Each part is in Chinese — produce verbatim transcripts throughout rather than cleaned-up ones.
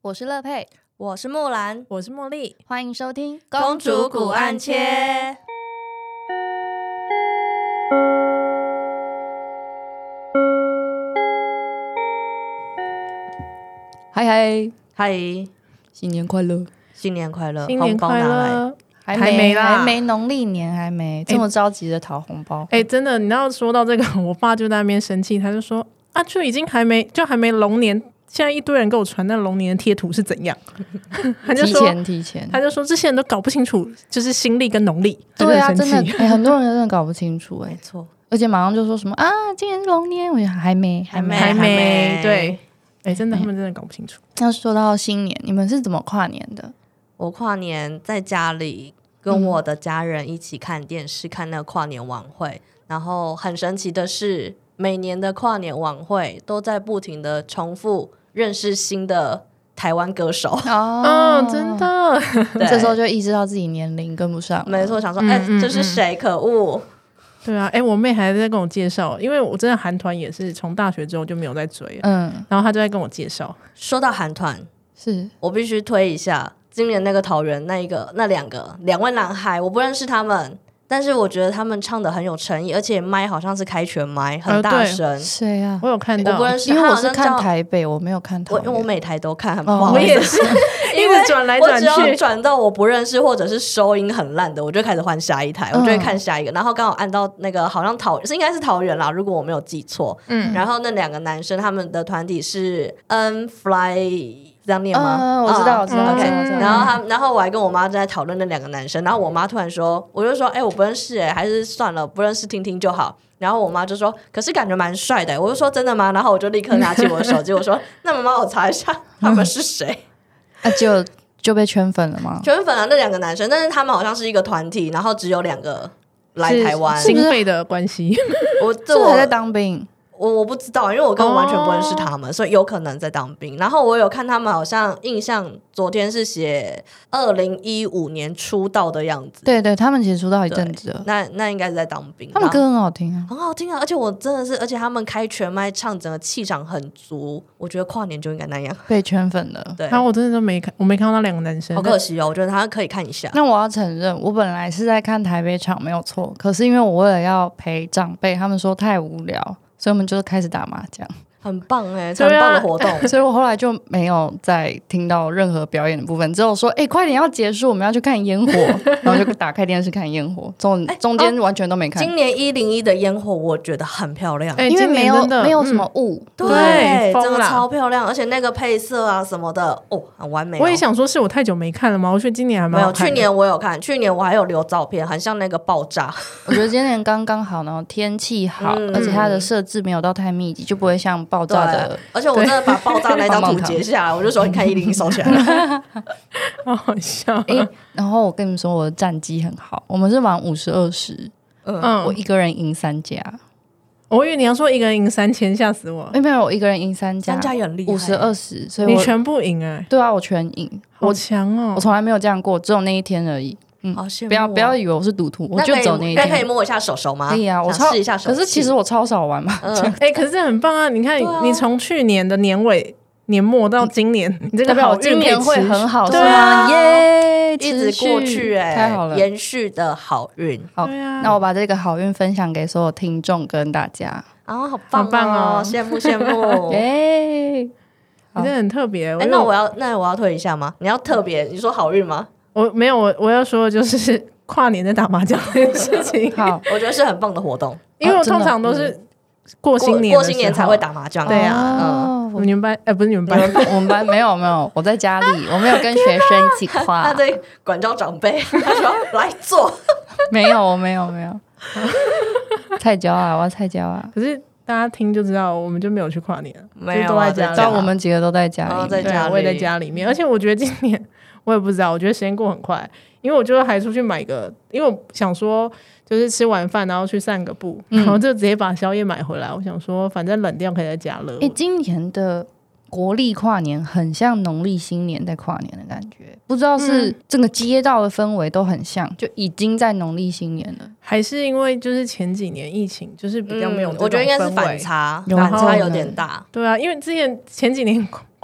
我是乐佩， 我是木兰， 我是茉莉， 欢迎收听公主古案切。 嗨嗨嗨， 新年快乐， 新年快乐， 新年快乐！ 还还没啦还没农历年，还没这么着急的讨红包。 哎、欸，真的，你要说到这个，我爸就在那边生气，他就说啊，就已经还没，就还没龙年，现在一堆人给我传那龙年的贴图是怎样？他就说提前提前， 他就说这些人都搞不清楚，就是新历跟农历。 对啊，真的，欸，很多人真的搞不清楚，哎， 没错， 而且马上就说什么啊，今年是龙年，我觉得还没， 还没， 还没，对，哎、欸，真的，他们真的搞不清楚。 那说到新年，你们是怎么跨年的？ 我跨年在家里跟我的家人一起看电视，嗯、看那个跨年晚会。然后很神奇的是，每年的跨年晚会都在不停的重复认识新的台湾歌手。 哦， 哦真的， 这时候就意识到自己年龄跟不上。 没错，想说，哎、欸，这是谁？可恶！ 对啊，哎、欸，我妹还在跟我介绍，因为我真的韩团也是从大学之后就没有再追了，嗯，然后她就在跟我介绍。 说到韩团， 是我必须推一下今年那个桃园那一个那两个两位男孩，我不认识他们，但是我觉得他们唱的很有诚意，而且麦好像是开全麦，很大声。 谁啊？ 我有看到， 我不认识， 因为我是看台北，我没有看桃园。 我因为我每台都看， 哦、 我也是一直转来转去， 我只要转到我不认识或者是收音很烂的，我就开始换下一台，我就会看下一个。嗯、然后刚好按到那个好像桃是应该是桃园啦，如果我没有记错。嗯，然后那两个男生他们的团体是 N Fly。这样念吗？ 嗯，我知道，我知道。 OK， 嗯、 然后他，然后我还跟我妈在讨论那两个男生，然后我妈突然说，我就说，哎、欸，我不认识、欸，哎，还是算了，不认识听听就好。然后我妈就说，可是感觉蛮帅的、欸，我就说真的吗？然后我就立刻拿起我的手机，我说，那妈妈，我查一下他们是谁。 啊，就就被圈粉了吗？ 圈粉了那两个男生，但是他们好像是一个团体，然后只有两个来台湾， 经费的关系。 我这我还在当兵。 我我不知道，因为我根本完全不认识他们， oh. 所以有可能在当兵。然后我有看他们，好像印象昨天是写二零一五年出道的样子。 对对，他们其实出道一阵子了。 那那应该是在当兵。 他们歌很好听啊， 很好听啊！而且我真的是，而且他们开全麦唱，整个气场很足。我觉得跨年就应该那样。 被圈粉了。 对， 然后我真的都没看，我没看到那两个男生， 好可惜哦。我觉得他可以看一下。 那我要承认，我本来是在看台北场没有错，可是因为我为了要陪长辈，他们说太无聊。所以我们就开始打麻将， 很棒哎、欸，这很棒的活动。 啊、所以我后来就没有再听到任何表演的部分，只有说，哎、欸，快点要结束，我们要去看烟火，然后就打开电视看烟火，中中间完全都没看。 今年一零一的烟火我觉得很漂亮， 欸、 因为没有没有什么雾， 嗯、 对， 真的超漂亮，而且那个配色啊什么的，哦，很完美、哦。 我也想说，是我太久没看了吗？我觉得今年还蛮好看的。 没有，去年我有看，去年我还有留照片，很像那个爆炸。 我觉得今年刚刚好，然后天气好，嗯、而且它的设置没有到太密集，就不会像爆炸的。 而且我真的把爆炸那张图截下来，我就说你看一零一收起来了， 好好笑、 欸。然后我跟你们说，我的战绩很好，我们是玩五十二十，嗯，我一个人赢三家。 我以为你要说一个人赢三千，吓死我！ 没有没有，我一个人赢三家， 三家也很厉害， 五十二十，所以你全部赢哎、欸！ 对啊，我全赢， 好强哦！ 我从来没有这样过，只有那一天而已。 嗯，好羡慕、哦！ 不要不要以为我是赌徒，我就走那一天。 那可以摸一下手手吗？ 可以啊，我超试一下手。 可是其实我超少玩嘛。 嗯，哎、欸，可是很棒啊！你看， 啊、 你从去年的年尾、年末到今年，嗯、你这个好今年会很好， 对啊， 耶， 一直过去哎、欸， 太好了， 延续的好运。 好， 对啊， 那我把这个好运分享给所有听众跟大家。 啊，好棒、哦， 好棒哦！ 羡慕羡慕， 耶！ 你真的很特别。 哎、欸，那我要那我要退一下吗？你要特别，你说好运吗？ 我没有，我我要说的就是跨年在打麻将这件事情。 好， 我觉得是很棒的活动， 因为我通常都是过新年过新年才会打麻将。 对啊， 嗯， 你们班哎、欸，不是你们班， 我们班没有没有，我在家里，我没有跟学生一起跨。 他在管教长辈，他说来做， 没有，我没有没有。菜椒啊，我要菜椒啊！ 可是大家听就知道，我们就没有去跨年， 没有、 啊、都在家里。 但我们几个都在家里， 哦、在家里， 我也在家里面。而且我觉得今年我也不知道，我觉得时间过很快，因为我就还出去买个，因为我想说就是吃完饭然后去散个步，嗯、然后就直接把宵夜买回来。我想说，反正冷掉可以再加热。 哎、欸，今年的国历跨年很像农历新年在跨年的感觉，不知道是整个街道的氛围都很像，就已经在农历新年了， 还是因为就是前几年疫情就是比较没有、嗯， 我觉得应该是反差，反差有点大。 对啊，因为之前前几年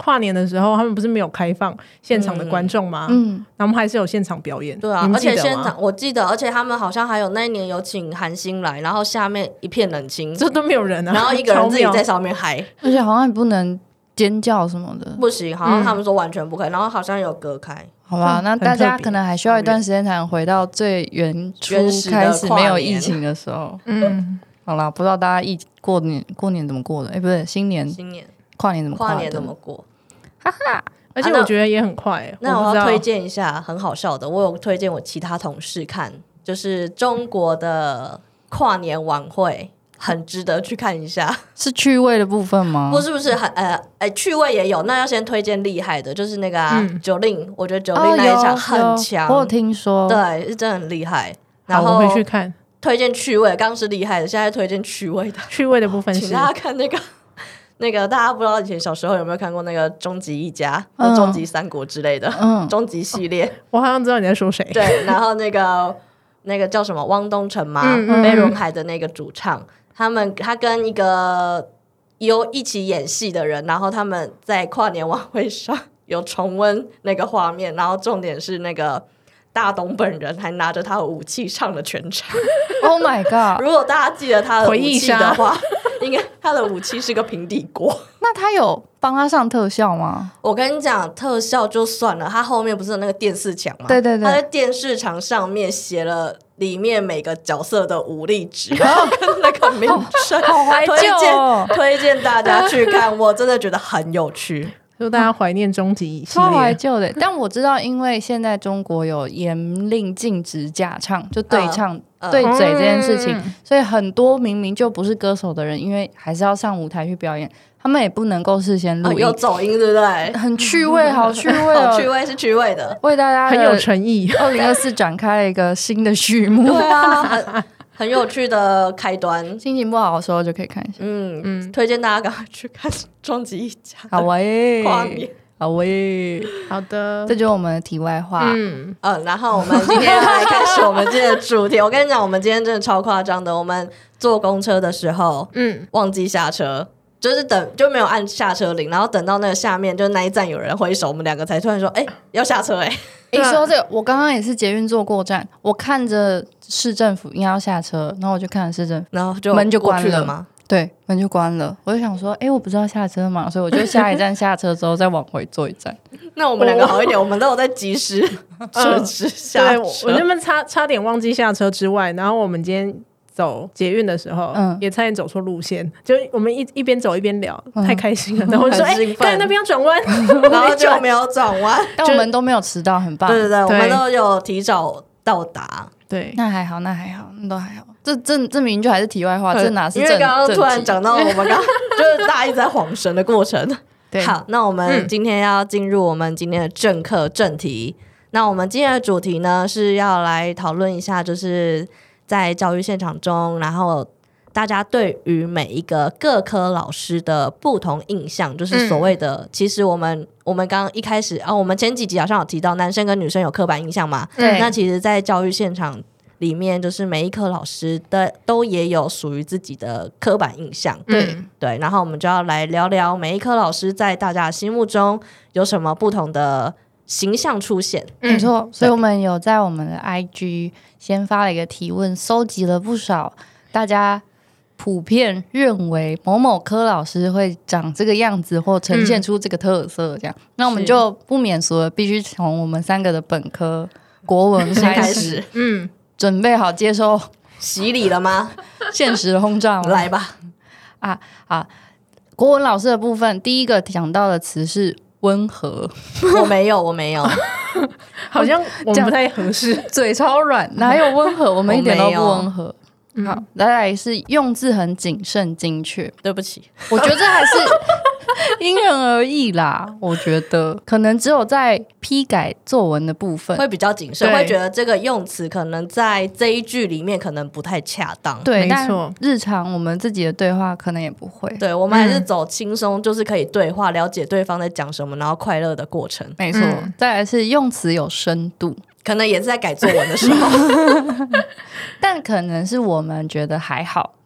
跨年的时候他们不是没有开放现场的观众吗？嗯，然后我们还是有现场表演。 对啊，而且现场我记得，而且他们好像还有那一年有请韩星来，然后下面一片冷清， 这都没有人啊， 然后一个人自己在上面嗨， 而且好像也不能尖叫什么的， 不行，好像他们说完全不可以，然后好像有隔开。 好吧，那大家可能还需要一段时间才能回到最原初开始没有疫情的时候。嗯，好啦，不知道大家疫过年过年怎么过的？哎，不是新年， 新年跨年怎么跨年怎么过？ 哈哈， 而且我觉得也很快、欸。 那我要推荐一下很好笑的，我有推荐我其他同事看，就是中国的跨年晚会。很值得去看一下， 是趣味的部分吗？ 不是不是，很呃呃趣味也有。那要先推荐厉害的，就是那个啊、嗯、九令，我觉得九令那一场很强、 哦，我有听说， 对，是真的很厉害。然后我回去看。 推荐趣味，刚刚是厉害的，现在推荐趣味的。 趣味的部分是， 请大家看那个那个，大家不知道以前小时候有没有看过那个《终极一家》或《终极三国》之类的，嗯，终极系列。 我好像知道你在说谁。 对，然后那个那个叫什么汪东城嘛，嗯嗯飞轮海的那个主唱。他们他跟一个有一起演戏的人，然后他们在跨年晚会上有重温那个画面，然后重点是那个大东本人还拿着他的武器唱了全场。 Oh my god！ 如果大家记得他的武器的话，应该他的武器是个平底锅。 那他有帮他上特效吗？ 我跟你讲，特效就算了，他后面不是有那个电视墙吗？ 对对对， 他在电视墙上面写了里面每个角色的武力值，然后跟那个名称， 好怀旧哦！ 推荐推荐大家去看，我真的觉得很有趣。 就大家怀念终极系列， 超怀旧的。但我知道，因为现在中国有严令禁止假唱，就对唱、呃、对嘴这件事情、嗯，所以很多明明就不是歌手的人，因为还是要上舞台去表演，他们也不能够事先录音、 哦，有走音，对不对？ 很趣味，好趣味哦， 好趣味是趣味的， 为大家很有诚意。 二零二四展开了一个新的序幕， 对啊。很, 很有趣的开端， 心情不好的时候就可以看一下。 嗯嗯，推荐大家赶快去看《终极一家》。 好喂， 跨年。 好喂， 好的， 这就是我们的题外话。 嗯嗯、呃，然后我们今天来开始我们今天的主题。我跟你讲，我们今天真的超夸张的。我们坐公车的时候，嗯，忘记下车，就是等就没有按下车铃，然后等到那个下面就那一站有人挥手，我们两个才突然说，哎、欸，要下车哎、欸。 你、欸、说这个，我刚刚也是捷运坐过站，我看着市政府应该要下车，然后我就看着市政府， 然后就门就关了吗？ 对，门就关了。我就想说，哎、欸，我不是要下车嘛，所以我就下一站下车之后再往回坐一站。 那我们两个好一点，我们都有在及时准时下车。 对，我那边差差点忘记下车之外，然后我们今天走捷运的时候，嗯，也差点走错路线，就我们一一边走一边聊，嗯、太开心了。然后我就说，哎，刚才那边要转弯， 然后就没有转弯， 但我们都没有迟到，很棒。 对对对，我们都有提早到达。 对， 那还好，那还好，那都还好。这这这明明就还是题外话，这哪是正？ 因为刚刚突然讲到我们刚就是大家一直在晃神的过程。 对， 好，那我们今天要进入我们今天的正课正题。嗯、那我们今天的主题呢是要来讨论一下，就是在教育现场中，然后大家对于每一个各科老师的不同印象，就是所谓的，嗯、其实我们我们刚刚一开始啊，我们前几集好像有提到男生跟女生有刻板印象嘛， 对， 那其实，在教育现场里面，就是每一科老师的都也有属于自己的刻板印象， 对、 嗯、对，然后我们就要来聊聊每一科老师在大家的心目中有什么不同的形象出现。 没错，所以我们有在我们的 I G 先发了一个提问，收集了不少大家普遍认为某某科老师会长这个样子或呈现出这个特色这样、嗯、那我们就不免俗了，必须从我们三个的本科国文开始嗯，准备好接受洗礼了吗？ 现实的轰炸吗？ 来吧。 啊啊！国文老师的部分，第一个讲到的词是温和。 我没有，我没有， 好像我们不太合适。 嘴超软，哪有温和？我们一点都不温和。好，再来是用字很谨慎精确。 对不起， 我觉得这还是因人而异啦。我觉得可能只有在批改作文的部分会比较谨慎，会觉得这个用词可能在这一句里面可能不太恰当。 对，没错。日常我们自己的对话可能也不会。 对，我们还是走轻松、嗯，就是可以对话，了解对方在讲什么，然后快乐的过程。 没错、嗯。再来是用词有深度。可能也是在改作文的时候但可能是我们觉得还好，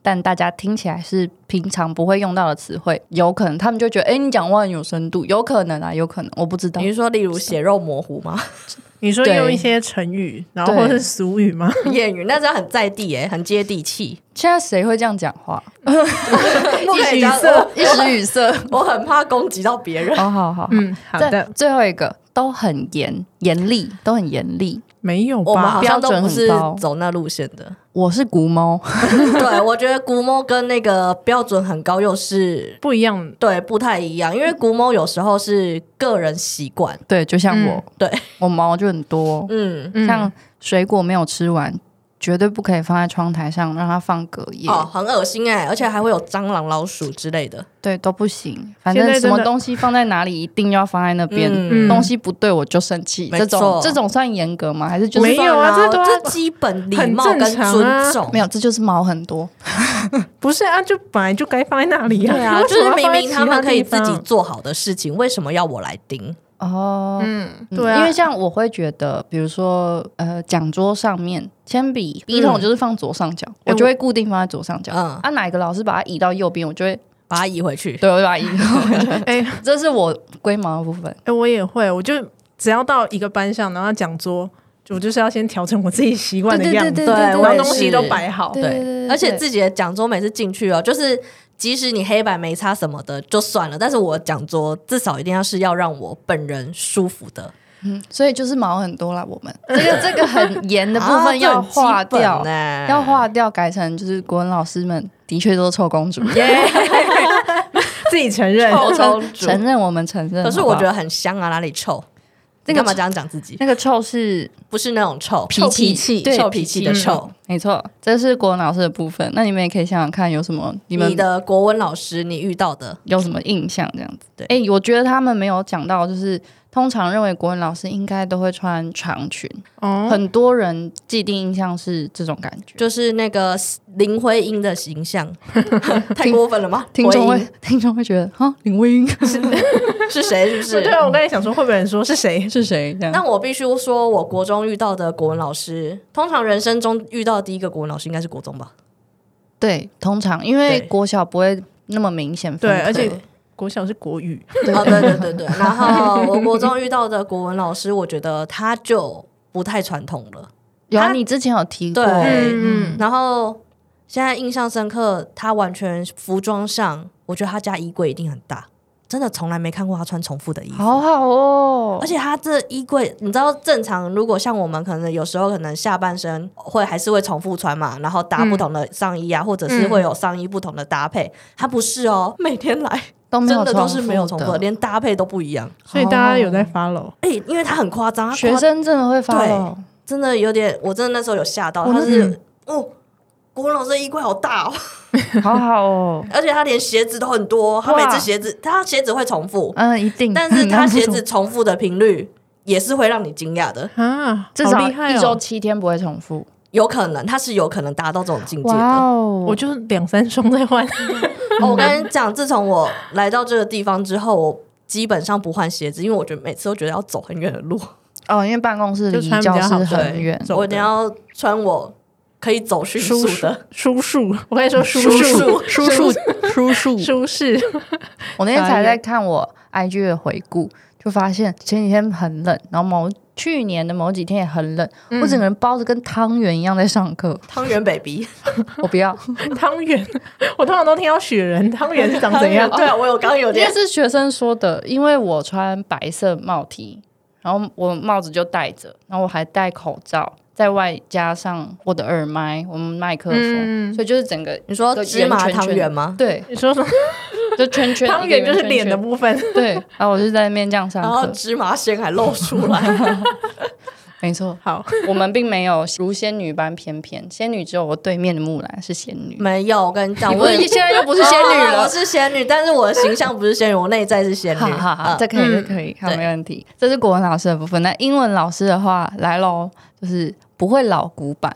但大家听起来是平常不会用到的词汇，有可能他们就觉得，哎，你讲话很有深度，有可能啊，有可能，我不知道。 你是说例如血肉模糊吗？ 你说用一些成语，然后或是俗语吗？ 谚语，那这样很在地耶，很接地气。 现在谁会这样讲话？ 一时语塞，一时语塞。 我很怕攻击到别人。 好好好， 嗯，好的。 最后一个都很严严厉，都很严厉。 没有吧？ 我们好像都不是标准很高走那路线的。 我是古猫， 对，我觉得古猫跟那个标准很高又是不一样， 对，不太一样。因为古猫有时候是个人习惯， 对，就像我， 嗯、对我毛就很多， 嗯， 像水果没有吃完，绝对不可以放在窗台上，让它放隔夜。 哦，很恶心哎、欸，而且还会有蟑螂、老鼠之类的。 对，都不行。反正什么东西放在哪里，一定要放在那边。 嗯、 东西不对，我就生气。这种这种算严格吗？还是就是没有啊？这都这基本礼貌跟尊重。 啊、没有，这就是毛很多。 不是啊，就本来就该放在那里啊。 对啊，就是明明他们可以自己做好的事情，为什么要我来盯？ 哦， 嗯，对啊， 因为像我会觉得，比如说，呃，讲桌上面铅笔、笔筒就是放左上角，嗯、我就会固定放在左上角。嗯，啊，哪一个老师把它移到右边，我就会把它移回去。 对，我就把它移回去。哎，这是我龟毛的部分。 哎、欸，我也会，我就只要到一个班上，然后讲桌。我就是要先调成我自己习惯的样子， 对，对然后东西都摆好， 对，对对对对， 而且自己的讲桌每次进去哦，就是即使你黑板没擦什么的就算了，但是我讲桌至少一定要是要让我本人舒服的。 嗯，所以就是毛很多啦，我们这个这个很严的部分要划掉， 啊、 要划掉，改成就是国文老师们的确都是臭公主， yeah 自己承认， 臭公主承认我们承认。 可是我觉得很香啊，哪里臭？你干嘛这样讲自己？ 那个臭是不是那种臭脾气？ 对，臭脾气的臭、 嗯，没错，这是国文老师的部分。那你们也可以想想看，有什么你们你的国文老师你遇到的有什么印象？这样子， 对， 哎、欸，我觉得他们没有讲到，就是通常认为国文老师应该都会穿长裙，哦，很多人既定印象是这种感觉， 就是那个林徽因的形象，太过分了吗？ 听众会听众会觉得啊，林徽因是是谁？是不是？ 对啊，我刚才想说会不会有人说是谁？ 是谁？ 那我必须说，我国中遇到的国文老师，通常人生中遇到的第一个国文老师应该是国中吧？ 对，通常因为国小不会那么明显分， 对，而且国小是国语， 哦，对对对对。然后我国中遇到的国文老师，我觉得他就不太传统了。 有啊，你之前有提过， 对， 嗯， 然后现在印象深刻，他完全服装上，我觉得他家衣柜一定很大。真的从来没看过他穿重复的衣服， 好好哦！ 而且他这衣柜，你知道，正常如果像我们可能有时候可能下半身会还是会重复穿嘛，然后搭不同的上衣啊，嗯、或者是会有上衣不同的搭配。他不是哦，每天来都没有真的都是没有重复的，连搭配都不一样。 所以大家有在 follow， 哎、欸，因为他很夸张， 学生真的会 follow， 真的有点，我真的那时候有吓到，他是、嗯、哦。国文老师的衣柜好大哦， 好好哦， 而且他连鞋子都很多，他每次鞋子他鞋子会重复， 嗯，一定， 但是他鞋子重复的频率也是会让你惊讶的啊， 至少一周七天不会重复， 有可能他是有可能达到这种境界的， 哦、 我就是两三双在换。 哦，我跟你讲，自从我来到这个地方之后，我基本上不换鞋子，因为我觉得每次都觉得要走很远的路， 哦，因为办公室离教室很远， 我一定要穿我。可以走迅速的舒适，我跟你说舒适舒适舒适舒适舒适。 我那天才在看我 I G 的回顾，就发现前几天很冷，然后某去年的某几天也很冷，嗯、我整个人包着跟汤圆一样在上课。 汤圆 baby， 我不要汤圆。我通常都听到雪人，汤圆是长怎样？ 对啊，我有刚刚有点， 这是学生说的，因为我穿白色帽 T， 然后我帽子就戴着，然后我还戴口罩。在外加上我的耳麦，我们麦克风、嗯，所以就是整个你说芝麻汤圆吗？ 对， 你说什么？ 就圈圈汤圆就是脸的部分。 对，然后我就在那边这样上课， 然后芝麻线还露出来。 没错， 好， 我们并没有如仙女般翩翩，仙女只有我对面的木兰是仙女。 没有，我跟你讲， 我现在又不是仙女了， 哦、我是仙女，但是我的形象不是仙女，我内在是仙女。 好好好，这可以，这可以，好，没问题。这是国文老师的部分。那英文老师的话来咯，就是不会老古板。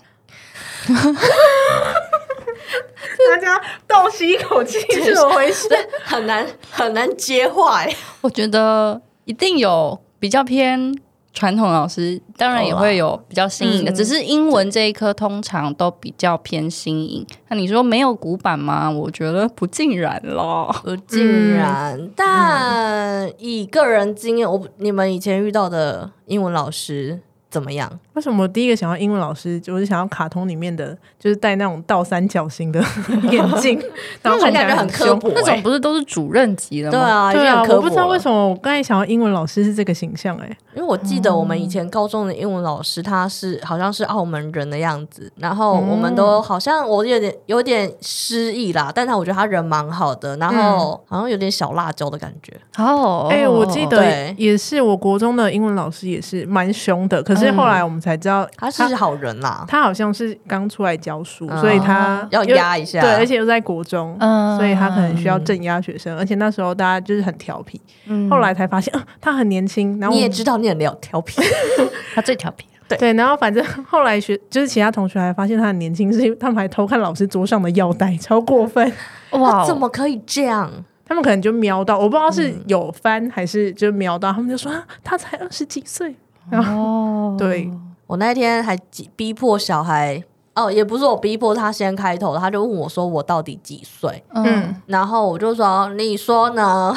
大家倒吸一口气，是怎么回事？ 很难很难接话哎。 我觉得一定有比较偏传统老师当然也会有比较新颖的， 嗯、 只是英文这一科通常都比较偏新颖。那你说没有古板吗？我觉得不尽然咯， 不尽然。嗯、但以个人经验，我你们以前遇到的英文老师怎么样？ 为什么我第一个想要英文老师，就是想要卡通里面的，就是戴那种倒三角形的眼镜，然后看起来很刻薄、欸。 那种不是都是主任级的吗？ 对啊， 对啊， 我不知道为什么我刚才想要英文老师是这个形象哎、欸， 因为我记得我们以前高中的英文老师，他是好像是澳门人的样子，然后我们都好像我有点有点失忆啦，但是我觉得他人蛮好的，然后好像有点小辣椒的感觉。 哦， 哎、欸，我记得也是，我国中的英文老师也是蛮凶的，可是后来我们才知道他是好人啦， 他好像是刚出来教书，嗯、所以他要压一下， 对，而且又在国中，嗯、所以他可能需要镇压学生，而且那时候大家就是很调皮，嗯、后来才发现、啊、他很年轻，然后你也知道你很调皮， 他最调皮。 对, 对，然后反正后来学就是其他同学还发现他很年轻，是因为他们还偷看老师桌上的药袋，超过分！ 哇，怎么可以这样？ 他们可能就瞄到，我不知道是有翻还是就瞄到，他们就说、啊、他才二十几岁。然后、哦、对。 我那天还逼迫小孩，哦，也不是我逼迫他先开头，他就问我说我到底几岁？嗯，然后我就说你说呢？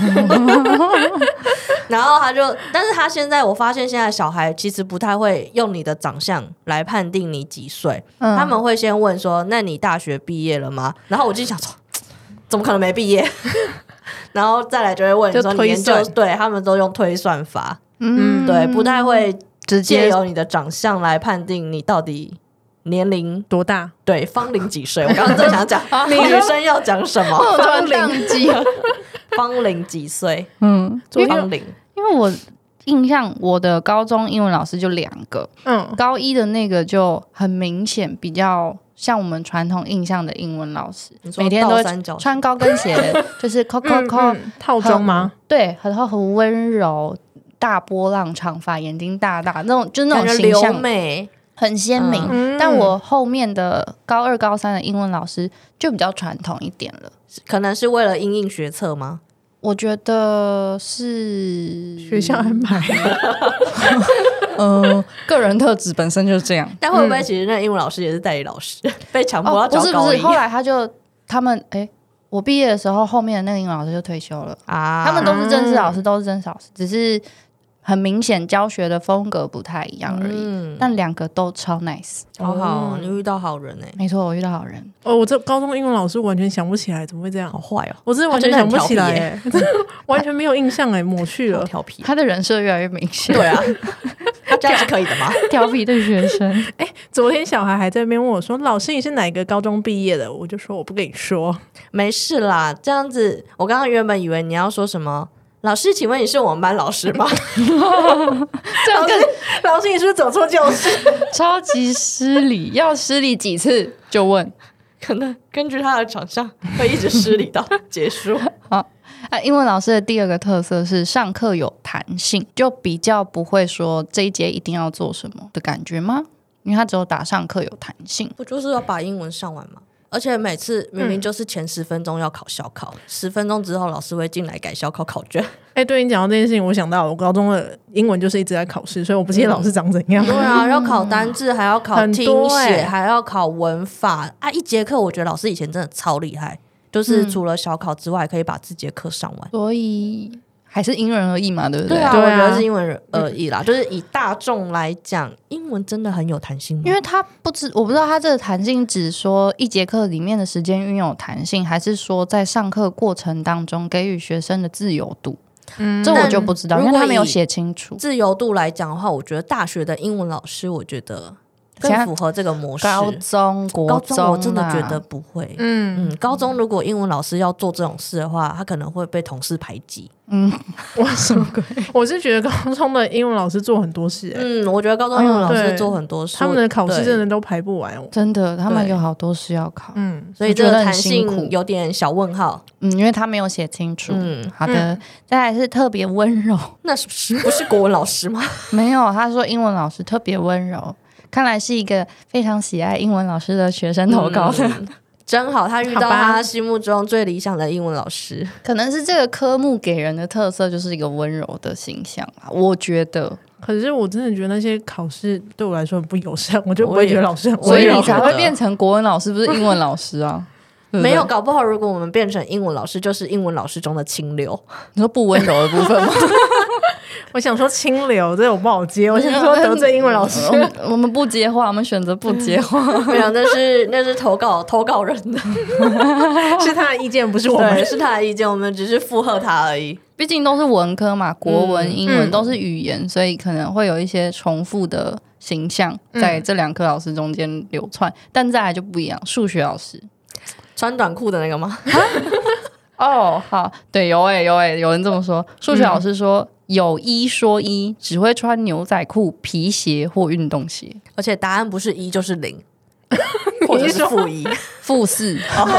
然后他就，但是他现在我发现现在小孩其实不太会用你的长相来判定你几岁，嗯、他们会先问说那你大学毕业了吗？然后我就想说怎么可能没毕业？然后再来就会问你说你研究，对，他们都用推算法，嗯，对，不太会直接由你的长相来判定你到底年龄多大， 对，芳龄几岁。我刚刚正想讲女生要讲什么， 芳龄几芳龄几岁，嗯，芳龄。 因为我印象我的高中英文老师就两个，嗯，高一的那个就很明显比较像我们传统印象的英文老师，每天都会穿高跟鞋，就是扣扣扣套装吗？ 对，然后很温柔，大波浪长发，眼睛大大那种，就是那种形象美， 很鲜明。嗯、但我后面的高二、高三的英文老师就比较传统一点了， 可能是为了因应学测吗？ 我觉得是学校安排。 呃，个人特质本身就是这样。 但会不会其实那英文老师也是代理老师，嗯、被强迫要教高一？ 哦、不是不是，后来他就他们哎、欸，我毕业的时候，后面的那个英文老师就退休了啊。他们都是正式老师，都是正式老师，只是很明显教学的风格不太一样而已。嗯、但两个都超 nice， 好好，你遇到好人哎、欸。 没错，我遇到好人。 哦，我这高中英文老师完全想不起来，怎么会这样？ 好坏哦！ 我真的完全想不起来、欸，完全没有印象哎、欸，抹去了。 调皮， 他的人设越来越明显。 对啊，他这样是可以的吗？ 调皮的学生。 哎、欸，昨天小孩还在那边问我说：“老师，你是哪个高中毕业的？”我就说：“我不跟你说。” 没事啦，这样子，我刚刚原本以为你要说什么。老师，请问你是我们班老师吗？ 这样更老师，你是不是走錯教室？ 超級失礼，要失礼几次就问， 可能根据他的长相会一直失礼到结束。 好，啊，英文老师的第二个特色是上课有弹性，就比较不会说这一节一定要做什么的感觉吗？因为他只有打上课有弹性， 不就是要把英文上完吗？而且每次明明就是前十分钟要考小考，十、嗯、分钟之后老师会进来改小考考卷。 哎、欸，对你讲到这件事情，我想到我高中的英文就是一直在考试，所以我不记得老师长怎样。 嗯、对啊，要考单字，还要考听写，欸、还要考文法啊！一节课，我觉得老师以前真的超厉害，就是除了小考之外，可以把这节课上完。 所以。还是因人而异嘛，对不对？ 对啊，对啊，我觉得是因人而异啦。嗯、就是以大众来讲，英文真的很有弹性吗？ 因为他不知我不知道他这个弹性只说一节课里面的时间运用有弹性，还是说在上课过程当中给予学生的自由度。嗯，这我就不知道，因为他没有写清楚。 自由度来讲的话，我觉得大学的英文老师，我觉得更符合这个模式。 高中、国中、啊， 高中我真的觉得不会。嗯嗯，高中如果英文老师要做这种事的话，他可能会被同事排挤。 嗯，哇什么鬼？ 我是觉得高中的英文老师做很多事、欸。 嗯，我觉得高中英文老师做很多事， 他们的考试真的都排不完。 真的，他们有好多事要考。 嗯，所以这个弹性有点小问号。 嗯，因为他没有写清楚。嗯，好的。嗯、再来是特别温柔， 那是不是不是国文老师吗？ 没有，他说英文老师特别温柔。看来是一个非常喜爱英文老师的学生投稿的、嗯、 真好，他遇到他心目中最理想的英文老师。 可能是这个科目给人的特色就是一个温柔的形象啊，我觉得可是我真的觉得那些考试对我来说很不友善，我就不会觉得老师很无聊， 所以你才会变成国文老师，不是英文老师啊？对对没有，搞不好如果我们变成英文老师，就是英文老师中的清流。 你说不温柔的部分吗？ 我想说清流，这我不好接。我想说得罪英文老师， 我们我们不接话，我们选择不接话。 没有，那是那是投稿投稿人的， 是他的意见，不是我们， 对，是他的意见，我们只是附和他而已。 毕竟都是文科嘛，国文、 嗯英文嗯都是语言，所以可能会有一些重复的形象在这两科老师中间流窜。但再来就不一样，数学老师穿短裤的那个吗？ 哦，好，对，有诶、有诶、有人这么说。数学老师说、嗯、有一说一，只会穿牛仔裤、皮鞋或运动鞋， 而且答案不是一就是零，或者是负一、 负四。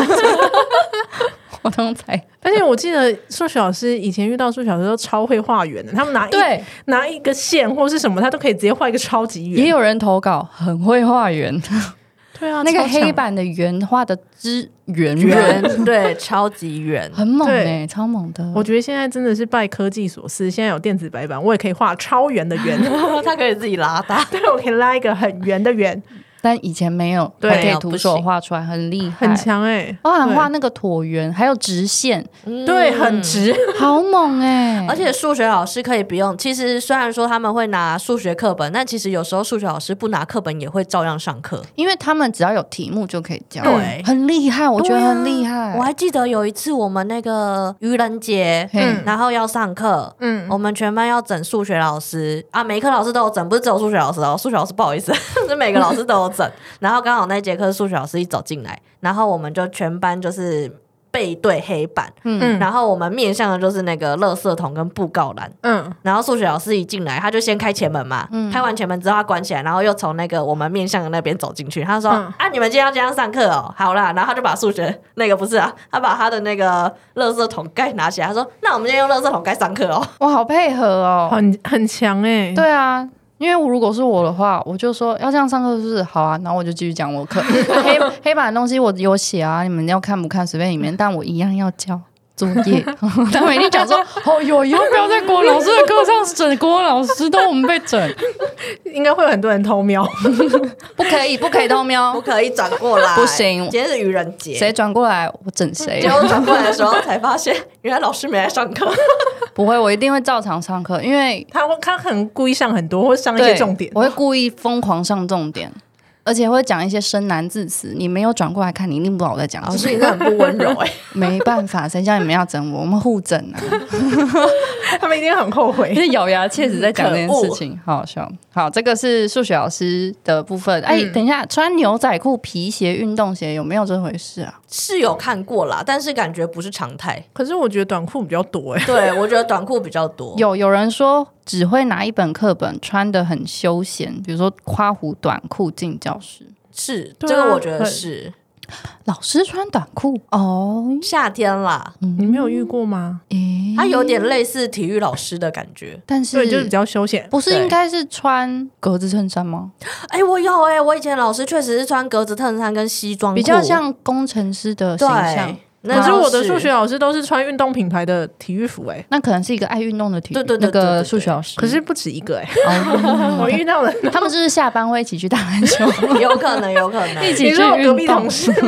我刚才， 而且我记得数学老师以前遇到数学老师都超会画圆的，他们拿一对拿一个线或是什么，他都可以直接画一个超级圆。 也有人投稿很会画圆， 对啊， 那个超强黑板的圆画的之圆圆，对，超级圆， 很猛哎、 对欸，超猛的。 我觉得现在真的是拜科技所赐，现在有电子白板，我也可以画超圆的圆， 他可以自己拉大。 对，我可以拉一个很圆的圆， 但以前没有， 对还可以徒手画出来，很厉害， 很强哎、欸， 包含画那个椭圆，还有直线， 对，很直， 好猛哎、欸！ 而且数学老师可以不用，其实虽然说他们会拿数学课本，但其实有时候数学老师不拿课本也会照样上课， 因为他们只要有题目就可以教， 对很厉害，我觉得很厉害。 我还记得有一次我们那个愚人节， 嗯然后要上课， 嗯， 我们全班要整数学老师啊，每一科老师都有整，不是只有数学老师哦，数学老师不好意思，是每个老师都有整。然后刚好那节课数学老师一走进来，然后我们就全班就是背对黑板， 嗯然后我们面向的就是那个垃圾桶跟布告栏， 嗯， 然后数学老师一进来，他就先开前门嘛， 嗯开完前门之后他关起来，然后又从那个我们面向的那边走进去。他说：“ 嗯啊，你们今天要这样上课哦，好啦。”然后他就把数学那个不是啊，他把他的那个垃圾桶盖拿起来，他说：“那我们今天用垃圾桶盖上课哦。 哇，好配合哦。 很很强哎、欸， 对啊，因为如果是我的话，我就说要这样上课，是不是好啊？然后我就继续讲我课。黑黑板的东西我有写啊，你们要看不看随便你们，但我一样要交作业。他们一定讲说：“哦哟，以后不要在国文老师的课上整国文老师，都我们被整， 应该会有很多人偷瞄。 不可以，不可以偷”瞄不，可以转过来， 不行今天是愚人节。 谁转过来我整谁结。果转过来的时候才发现，原来老师没来上课。 不会，我一定会照常上课，因为他会他可能故意上很多，或上一些对重点。 我会故意疯狂上重点。而且会讲一些生难字词，你没有转过来看，你一定不知道我在讲什么。 老师你真的很不温柔哎、 没办法，谁叫你们要整我？我们互整啊！ 他们一定很后悔。 是咬牙切齿在讲这件事情，好好笑。好，这个是数学老师的部分。哎、 嗯等一下，穿牛仔裤、皮鞋、运动鞋有没有这回事啊？ 是有看过啦，但是感觉不是常态。 可是我觉得短裤比较多哎、欸， 对，我觉得短裤比较多。 有有人说只会拿一本课本，穿得很休闲，比如说夸胡短裤进教室。 是， 对啊这个我觉得是老师穿短裤哦， 夏天啦， 你没有遇过吗？ 诶、 它有点类似体育老师的感觉。 但是对，就是比较休闲。 不是对应该是穿格子衬衫吗？ 哎、我有哎、我以前老师确实是穿格子衬衫跟西装裤， 比较像工程师的形象对。。那可是我的是数学老师都是穿运动品牌的体育服哎、欸， 那可能是一个爱运动的体育， 对对对那个对对对数学老师。 可是不止一个哎、 哦我遇到的。 他们就是下班会一起去打篮球， 有可能，有可能。 一起去你说我隔壁运动同。事，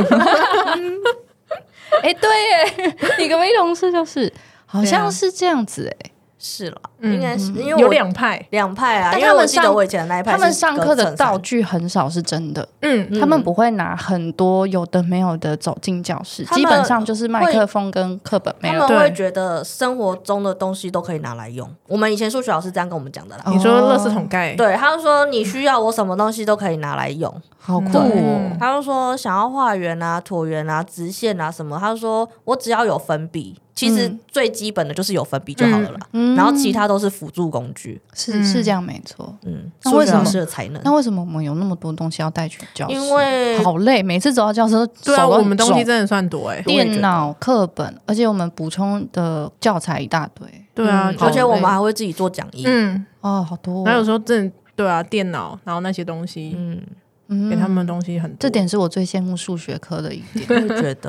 哎、对耶，你隔壁同事就是，好像是这样子哎。 是啦， 嗯应该是因为我有两派， 两派啊， 但他们因为我记得上我以前的那一派他们是上课的格子衬衫道具很少是真的， 嗯， 嗯他们不会拿很多有的没有的走进教室， 他们基本上就是麦克风跟课本没有。 对他们会觉得生活中的东西都可以拿来用。我们以前数学老师这样跟我们讲的啦。 哦你说垃圾桶盖， 对，他就说你需要我什么东西都可以拿来用。 好酷对哦！ 他就说想要画圆啊、椭圆啊、直线啊什么，他就说我只要有粉笔，其实嗯最基本的就是有粉笔就好了啦。 嗯然后其他都是辅助工具。 是是这样没错。 嗯， 那为什么数学老师的才能？ 那为什么我们有那么多东西要带去教室？ 因为好累，每次走到教室都对啊， 手都很我们东西重真的算多哎、欸， 电脑、课本，而且我们补充的教材一大堆。 对啊，就嗯而且我们好累还会自己做讲义。 嗯， 哦，好多、哦。 然后有时候真的对啊，电脑，然后那些东西， 嗯， 嗯给他们的东西很多， 这点是我最羡慕数学科的一点， 我也觉得。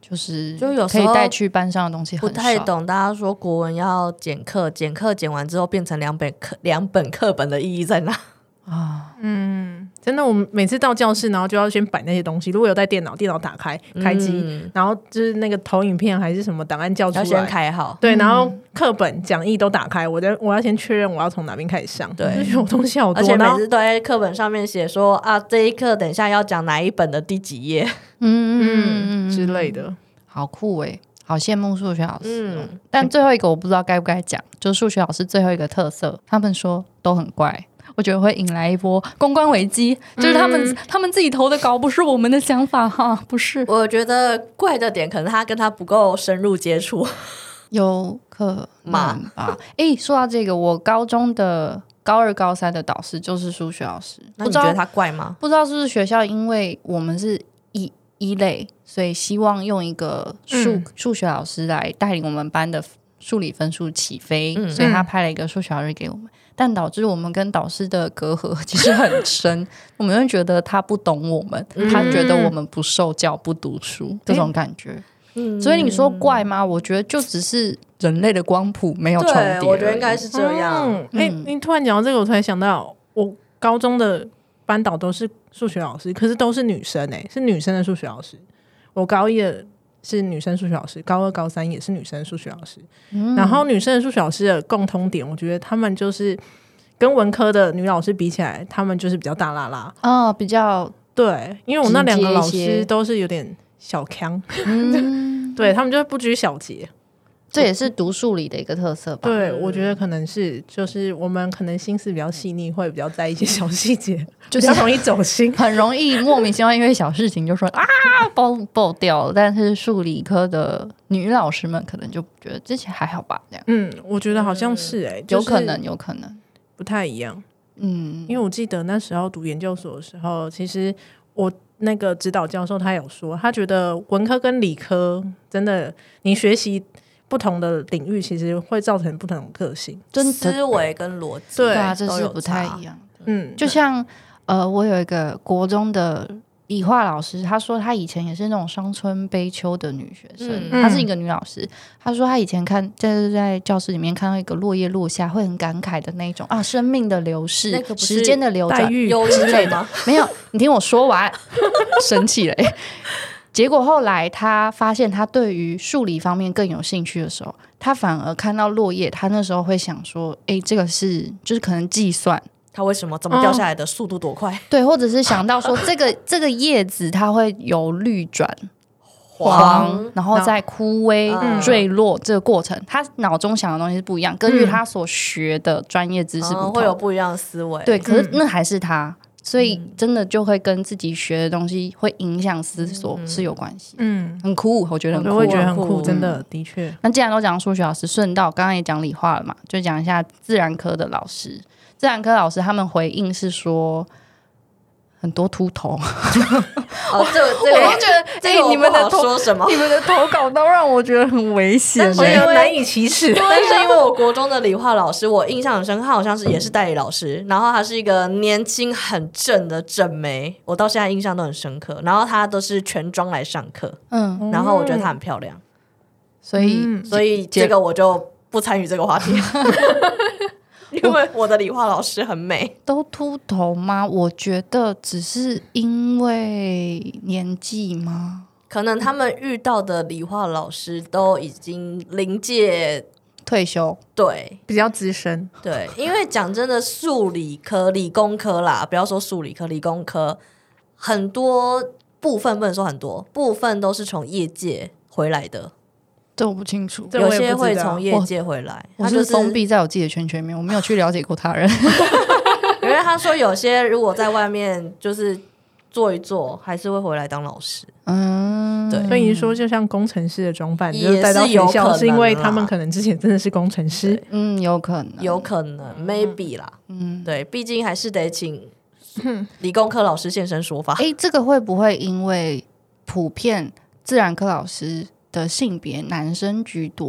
就是就有时候可以带去班上的东西很不少。 太懂大家说国文要减课，减课减完之后变成两本课两本课本的意义在哪啊？ 嗯，真的，我们每次到教室，然后就要先摆那些东西。如果有带电脑，电脑打开开机、嗯，然后就是那个投影片还是什么档案叫出来， 要先开好。 对，然后课本讲义都打开，我的我要先确认我要从哪边开始上。 对， 有东西好多， 而且每次都在课本上面写说啊，这一课等一下要讲哪一本的第几页， 嗯嗯之类的， 好酷哎、欸。好羡慕数学老师、喔嗯、但最后一个我不知道该不该讲，就是数学老师最后一个特色，他们说都很怪，我觉得会引来一波公关危机，就是他们、嗯、他们自己投的稿不是我们的想法哈，不是。 我觉得怪的点可能他跟他不够深入接触， 有可能吧。哎、欸，说到这个，我高中的高二高三的导师就是数学老师， 那你觉得他怪吗？ 不知道是不是学校因为我们是一一类，所以希望用一个数数、嗯、学老师来带领我们班的数理分数起飞、嗯、所以他派了一个数学老师给我们，但导致我们跟导师的隔阂其实很深我们会觉得他不懂我们、嗯、他觉得我们不受教不读书、嗯、这种感觉、嗯、所以你说怪吗？我觉得就只是人类的光谱没有重叠， 我觉得应该是这样。 哎、嗯欸，你突然讲到这个我突然想到我高中的班导都是数学老师，可是都是女生哎、欸，是女生的数学老师。我高一的是女生数学老师，高二高三也是女生数学老师、嗯、然后女生的数学老师的共通点，我觉得他们就是跟文科的女老师比起来，他们就是比较大啦啦哦，比较对，因为我那两个老师都是有点小强、嗯、对，他们就不拘小节， 这也是读数理的一个特色吧。 对，我觉得可能是就是我们可能心思比较细腻，会比较在意一些小细节就是容易走心很容易莫名其妙因为小事情就说啊爆爆掉了，但是数理科的女老师们可能就觉得之前还好吧这样。 嗯，我觉得好像是哎、欸嗯就是，有可能有可能不太一样。嗯，因为我记得那时候读研究所的时候，其实我那个指导教授他有说，他觉得文科跟理科真的你学习不同的领域其实会造成不同的个性， 思维跟逻辑， 对啊，这是不太一样的。嗯，就像呃，我有一个国中的理化老师，他说他以前也是那种伤春悲秋的女学生、嗯、她是一个女老师，他说他以前看就是在教室里面看到一个落叶落下会很感慨的那种啊，生命的流逝、那个、时间的流转之类的没有，你听我说完生气了、欸结果后来他发现他对于数理方面更有兴趣的时候，他反而看到落叶，他那时候会想说哎，这个是就是可能计算它为什么怎么掉下来的速度多快、哦、 对，或者是想到说这个这个叶子它会由绿转黄，然后再枯萎、嗯、坠落这个过程，他脑中想的东西是不一样，根据他所学的专业知识不同、嗯、 会有不一样的思维， 对，可是那还是他、嗯，所以真的就会跟自己学的东西会影响思索是有关系。嗯，很酷，我觉得很酷， 我会觉得很酷，真的的确。 那既然都讲数学老师，顺道刚刚也讲理化了嘛，就讲一下自然科的老师。自然科老师他们回应是说很多秃头。 哦，这个这个我觉得这个我不好说什么， 你们的投稿都让我觉得很危险， 我觉得难以启齿。 但是因为我国中的理化老师，我印象很深刻，他好像是也是代理老师，然后他是一个年轻很正的正妹，我到现在印象都很深刻。然后他都是全妆来上课，嗯，然后我觉得她很漂亮， 所以、 嗯、所以这个我就不参与这个话题。因为我的理化老师很美。 都秃头吗？我觉得只是因为年纪吗？ 可能他们遇到的理化老师都已经临界退休， 对， 比较资深。 对，因为讲真的，数理科、理工科啦，不要说数理科，理工科很多部分不能说很多部分都是从业界回来的。 这我不清楚， 有些会从业界回来， 我是封闭在我自己的圈圈里面，我没有去了解过他人。 因为他说有些如果在外面就是做一做，还是会回来当老师。嗯，对。 所以你说就像工程师的装扮，就是带到学校，是因为他们可能之前真的是工程师。 嗯，有可能， 有可能 ，maybe 啦。嗯，对，毕竟还是得请理工科老师现身说法。 哎，这个会不会因为普遍自然科老师的性别男生居多，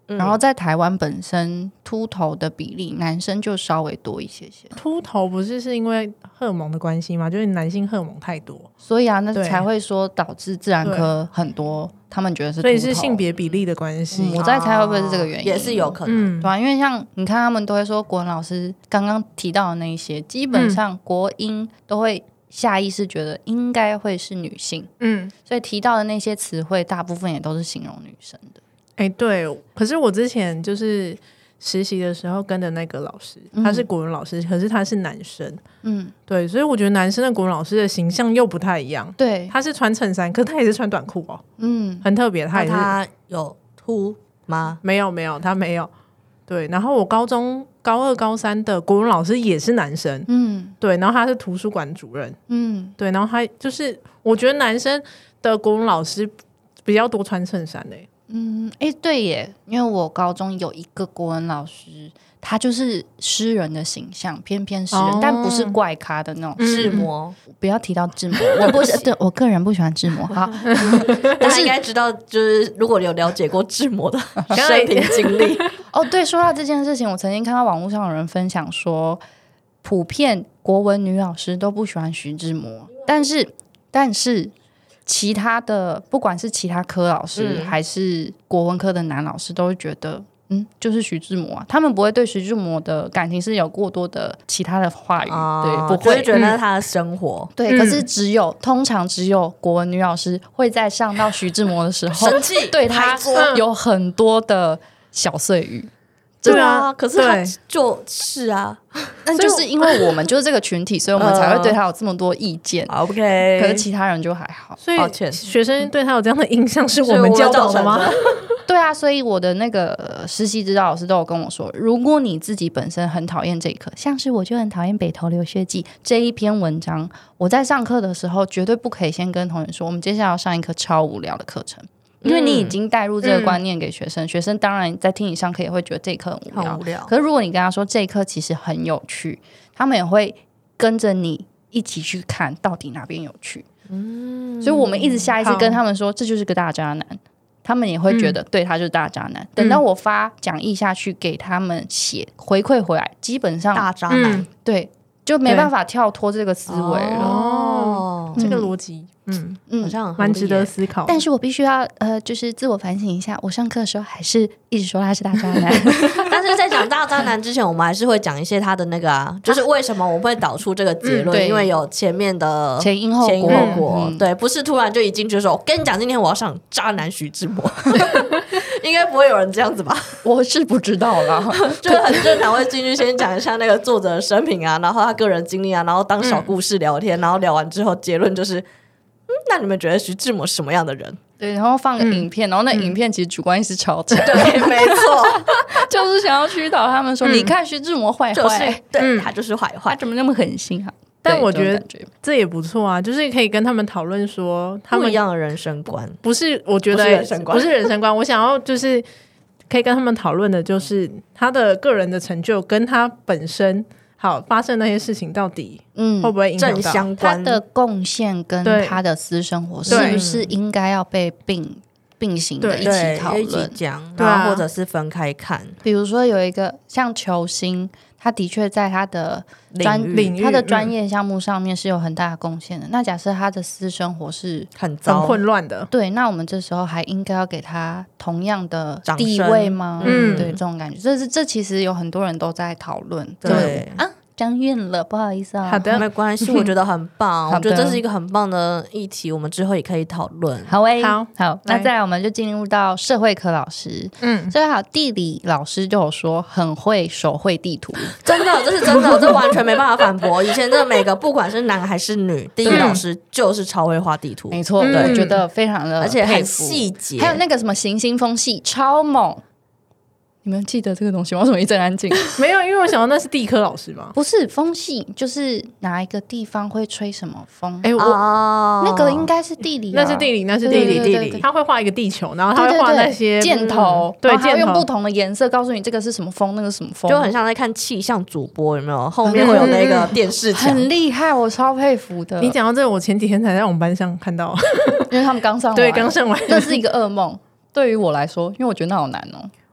嗯、然后在台湾本身秃头的比例男生就稍微多一些些。 秃头不是是因为荷尔蒙的关系吗？就是男性荷尔蒙太多， 所以啊那才会说导致自然科很多他们觉得是秃头， 所以是性别比例的关系、 嗯、我在猜会不会是这个原因、 哦、也是有可能、 嗯、对啊，因为像你看他们都会说国文老师刚刚提到的那一些基本上国英都会下意识觉得应该会是女性，嗯，所以提到的那些词汇大部分也都是形容女生的。 哎、欸，对，可是我之前就是实习的时候跟的那个老师，他是国文老师、嗯、可是他是男生，嗯，对，所以我觉得男生的国文老师的形象又不太一样。 对， 他是穿衬衫，可是他也是穿短裤哦，嗯，很特别。他也是， 他有秃吗？ 没有没有，他没有。对，然后我高中高二高三的国文老师也是男生，嗯，对，然后他是图书馆主任，嗯，对，然后他就是我觉得男生的国文老师比较多穿衬衫嘞、欸。 嗯，哎，对耶，因为我高中有一个国文老师，他就是诗人的形象，偏偏诗人、哦、但不是怪咖的那种志摩、 嗯、不要提到志摩我不是对我个人不喜欢志摩哈大家应该知道，就是如果有了解过志摩的生平经历哦，对，说到这件事情，我曾经看到网络上有人分享说普遍国文女老师都不喜欢徐志摩，但是但是其他的不管是其他科老师、嗯、还是国文科的男老师都会觉得嗯，就是徐志摩啊，他们不会对徐志摩的感情是有过多的其他的话语、哦、对，不会觉得那是他的生活、 嗯、对、嗯、可是只有通常只有国文女老师会在上到徐志摩的时候生气对他有很多的小碎语。 对啊，可是他就是啊， 那就是因为我们就是这个群体，所以我们才会对他有这么多意见。 uh, OK， 可是其他人就还好。 所以学生对他有这样的印象是我们教导的吗？ 对啊，所以我的那个实习指导老师都有跟我说，如果你自己本身很讨厌这一课，像是我就很讨厌北投留学记这一篇文章，我在上课的时候绝对不可以先跟同学说，我们接下来要上一课超无聊的课程。因为你已经带入这个观念给学生、嗯、学生当然在听你上课也会觉得这一课很无聊, 很无聊可是如果你跟他说这一课其实很有趣，他们也会跟着你一起去看到底哪边有趣、嗯、所以我们一直下意识跟他们说这就是个大渣男，他们也会觉得、嗯、对他就是大渣男。等到我发讲义下去给他们写回馈回来，基本上大渣男、 嗯、对就没办法跳脱这个思维了。 哦，这个逻辑嗯嗯，好像蛮值得思考。 但是我必须要呃，就是自我反省一下，我上课的时候还是一直说他是大渣男。 但是在讲大渣男之前，我们还是会讲一些他的那个啊，就是为什么我们会导出这个结论、嗯，因为有前面的前因后果， 前因后果、嗯，对，不是突然就一进去说，我跟你讲，今天我要上渣男徐志摩，应该不会有人这样子吧？ 我是不知道啦， 就是很正常会进去先讲一下那个作者的生平啊，然后他个人经历啊，然后当小故事聊天，嗯、然后聊完之后结论就是。嗯、那你们觉得徐志摩是什么样的人？ 对，然后放个影片、嗯、然后那影片其实主观意识超强、 嗯、对，没错就是想要驱导他们说、嗯、你看徐志摩坏坏、就是、 对、嗯、他就是坏坏， 他怎么那么狠心啊？ 但我觉得这也不错啊，就是可以跟他们讨论说他们不一样的人生观， 不是我觉得不是人生观，不是人生观我想要就是可以跟他们讨论的就是他的个人的成就跟他本身好发生那些事情到底会不会影响到、 嗯、正相关他的贡献跟他的私生活是不是应该要被并并行的一起讨论一起讲，然后或者是分开看。 比如说有一个像球星，他的确在他的专领域他的专业项目上面是有很大的贡献的、嗯、那假设他的私生活是很糟很混乱的， 对，那我们这时候还应该要给他同样的地位吗？ 嗯， 对，这种感觉，这是这其实有很多人都在讨论。 对啊， 讲远了，不好意思啊。 好的， 没关系，我觉得很棒我觉得这是一个很棒的议题，我们之后也可以讨论。 好诶， 好， 好，那再来我们就进入到社会科老师。嗯，所以好，地理老师就有说很会手绘地图， 真的，这是真的，这完全没办法反驳。以前这每个不管是男还是女，地理老师就是超会画地图， 没错，对，我觉得非常的， 而且很细节， 还有那个什么行星风系超猛。你们记得这个东西吗？为什么一阵安静？ 没有，因为我想到那是地科老师嘛。 不是，风系就是哪一个地方会吹什么风。 哎、欸，我、 哦、 那个应该是地理、啊， 那是地理，那是地理，地理。他会画一个地球，然后他会画那些箭头， 对， 然后他会用不同的颜色告诉你这个是什么风，那个是什么风， 就很像在看气象主播，有没有？后面会有那个电视墙， 很厉害，我超佩服的。 你讲到这个，我前几天才在我们班上看到， 因为他们刚上完， 对，刚上完， 那是一个噩梦。对于我来说，因为我觉得那好难哦。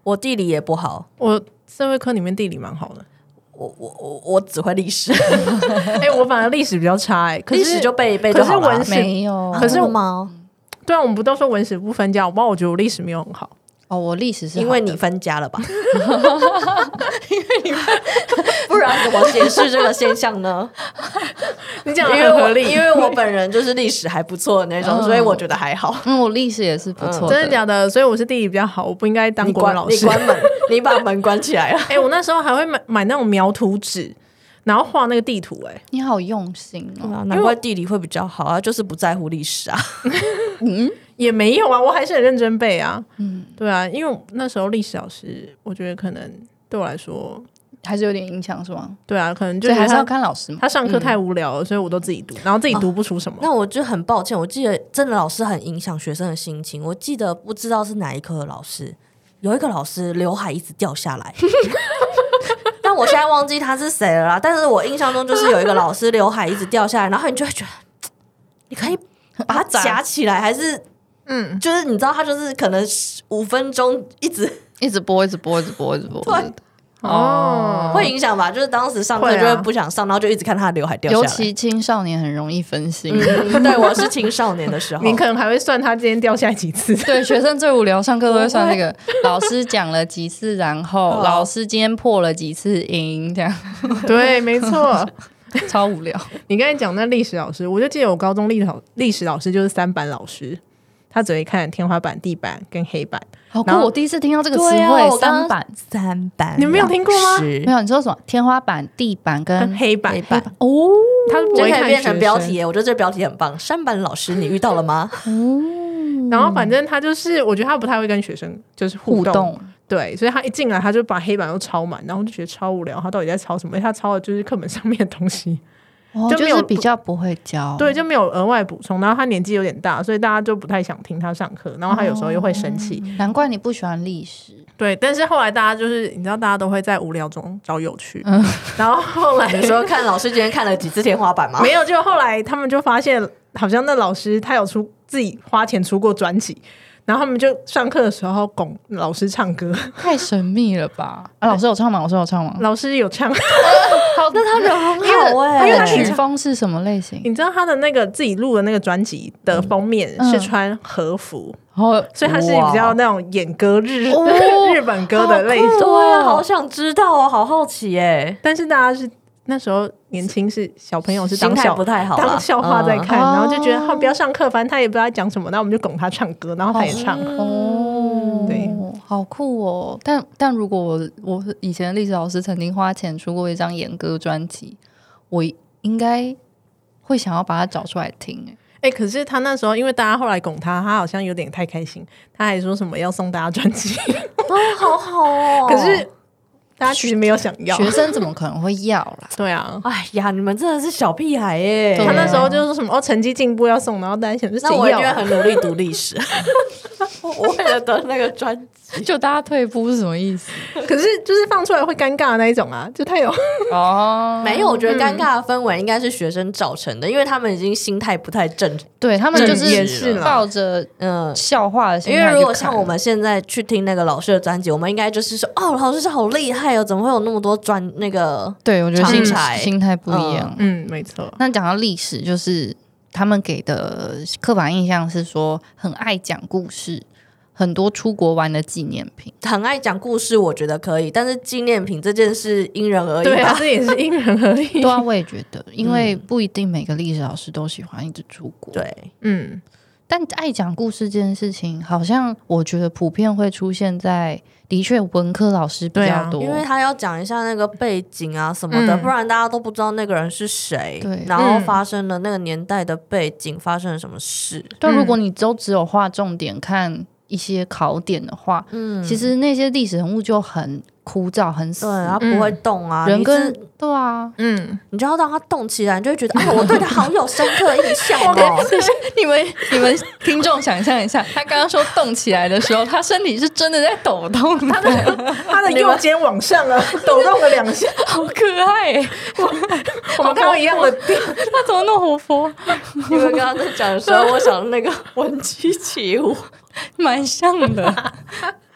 我地理也不好， 我社会科里面地理蛮好的。 我我我我只会历史， 哎、欸，我反而历史比较差哎、欸，可是历史就背一背就好了。 可是文史没有， 可是我吗？ 对啊，我们不都说文史不分家？我不知道，我觉得我历史没有很好。 哦，我历史是因为你分家了吧？因为你不然怎么解释这个现象呢？ 你讲的很合理， 因为我本人就是历史还不错的那种，嗯、所以我觉得还好。 嗯，我历史也是不错的、 嗯，真的假的？所以我是地理比较好，我不应该当国文老师。 你关门，你把门关起来了。 哎、欸，我那时候还会买买那种描图纸。然后画那个地图、欸，哎， 你好用心哦、 啊！难怪地理会比较好啊，就是不在乎历史啊。 嗯，也没有啊，我还是很认真背啊。嗯，对啊，因为那时候历史老师，我觉得可能对我来说还是有点影响，是吗？ 对啊，可能就还是要看老师嘛。 他上课太无聊了，嗯、所以我都自己读，然后自己读不出什么。 哦、那我就很抱歉，我记得真的老师很影响学生的心情。我记得不知道是哪一科的老师，有一个老师刘海一直掉下来。但我现在忘记他是谁了啦，但是我印象中就是有一个老师刘海一直掉下来，然后你就会觉得你可以把它夹起来，还是嗯，就是你知道他就是可能五分钟一直一直播一直播一直播一直播， 对哦，会影响吧？就是当时上课就会不想上，然后就一直看他的刘海掉下来。 尤其青少年很容易分心。 嗯、对，我是青少年的时候， 你可能还会算他今天掉下来几次。 对，学生最无聊，上课都会算那个老师讲了几次，然后老师今天破了几次音，这样。 对，没错， 超无聊。 你刚才讲那历史老师，我就记得我高中历史历史老师就是三板老师。他只会看天花板、地板跟黑板。 好酷！我第一次听到这个词汇、啊，三板三板， 你们没有听过吗？ 没有，你说什么？天花板、地板跟黑板。 黑板哦， 他不会看学生， 这可以变成标题耶！我觉得这标题很棒。三板老师，你遇到了吗？ 哦， 然后反正他就是，我觉得他不太会跟学生就是互动。 互动对，所以他一进来他就把黑板都抄满，然后就觉得超无聊。他到底在抄什么？他抄的就是课本上面的东西。 哦、就, 就是比较不会教， 对，就没有额外补充。然后他年纪有点大，所以大家就不太想听他上课。然后他有时候又会生气、 哦，难怪你不喜欢历史。 对，但是后来大家就是你知道，大家都会在无聊中找有趣。嗯、然后后来你说看老师今天看了几次天花板吗？ 没有，就后来他们就发现，好像那老师他有出自己花钱出过专辑。然后他们就上课的时候拱老师唱歌， 太神秘了吧？啊，老师有唱吗？老师有唱吗？ 老师有唱。 好，那他人很好哎、欸。因为曲风是什么类型？ 你知道他的那个自己录的那个专辑的封面是穿和服，嗯嗯、所以他是比较那种演歌日、哦、日本歌的类型。 对啊，好想知道哦，好好奇哎。 但是大家是。那时候年轻是小朋友是当笑不太好当笑话在看、嗯，然后就觉得他不要上课，反正他也不知道讲什么，那我们就拱他唱歌，然后他也唱。 哦， 对， 好酷哦！但但如果我我以前的历史老师曾经花钱出过一张演歌专辑，我应该会想要把它找出来听、欸。 哎、欸，可是他那时候因为大家后来拱他，他好像有点太开心，他还说什么要送大家专辑。 哦，好好哦。 可是。大家其实没有想要， 学生怎么可能会要啦？ 对啊， 哎呀，你们真的是小屁孩耶！ 他那时候就说什么哦，成绩进步要送，然后大家想说谁要？ 那我就会很努力读历史，我为了得那个专辑， 就大家退步是什么意思？ 可是就是放出来会尴尬的那一种啊，就太有哦， 没有，我觉得尴尬的氛围应该是学生造成的，因为他们已经心态不太正， 对他们就是也是抱着嗯笑话的心态。 因为如果像我们现在去听那个老师的专辑，我们应该就是说哦，老师是好厉害哦，怎么会有那么多专那个？ 对，我觉得心心态不一样。 嗯，嗯没错。 那讲到历史，就是他们给的刻板印象是说很爱讲故事。很多出国玩的纪念品， 很爱讲故事，我觉得可以，但是纪念品这件事因人而异吧。 对啊，这也是因人而异。 对啊，我也觉得，因为不一定每个历史老师都喜欢一直出国。 对， 嗯， 但爱讲故事这件事情，好像我觉得普遍会出现在的确文科老师比较多， 啊、因为他要讲一下那个背景啊什么的、嗯，不然大家都不知道那个人是谁， 对， 然后发生了那个年代的背景，发生了什么事。 但如果你都只有画重点看一些考点的话，嗯，其实那些历史人物就很枯燥，很死， 对，他不会动啊， 嗯、人跟对啊， 嗯， 你就要让他动起来，你就会觉得啊，我对他好有深刻印象哦。 你们你们听众想象一下，他刚刚说动起来的时候，他身体是真的在抖动的， 他的他的右肩往上啊，抖动了两下， 好可爱、欸。 我我们看到一样的点， 他怎么那么活泼？ 因为刚刚在讲的时候，我想那个闻鸡起舞。 蛮像的，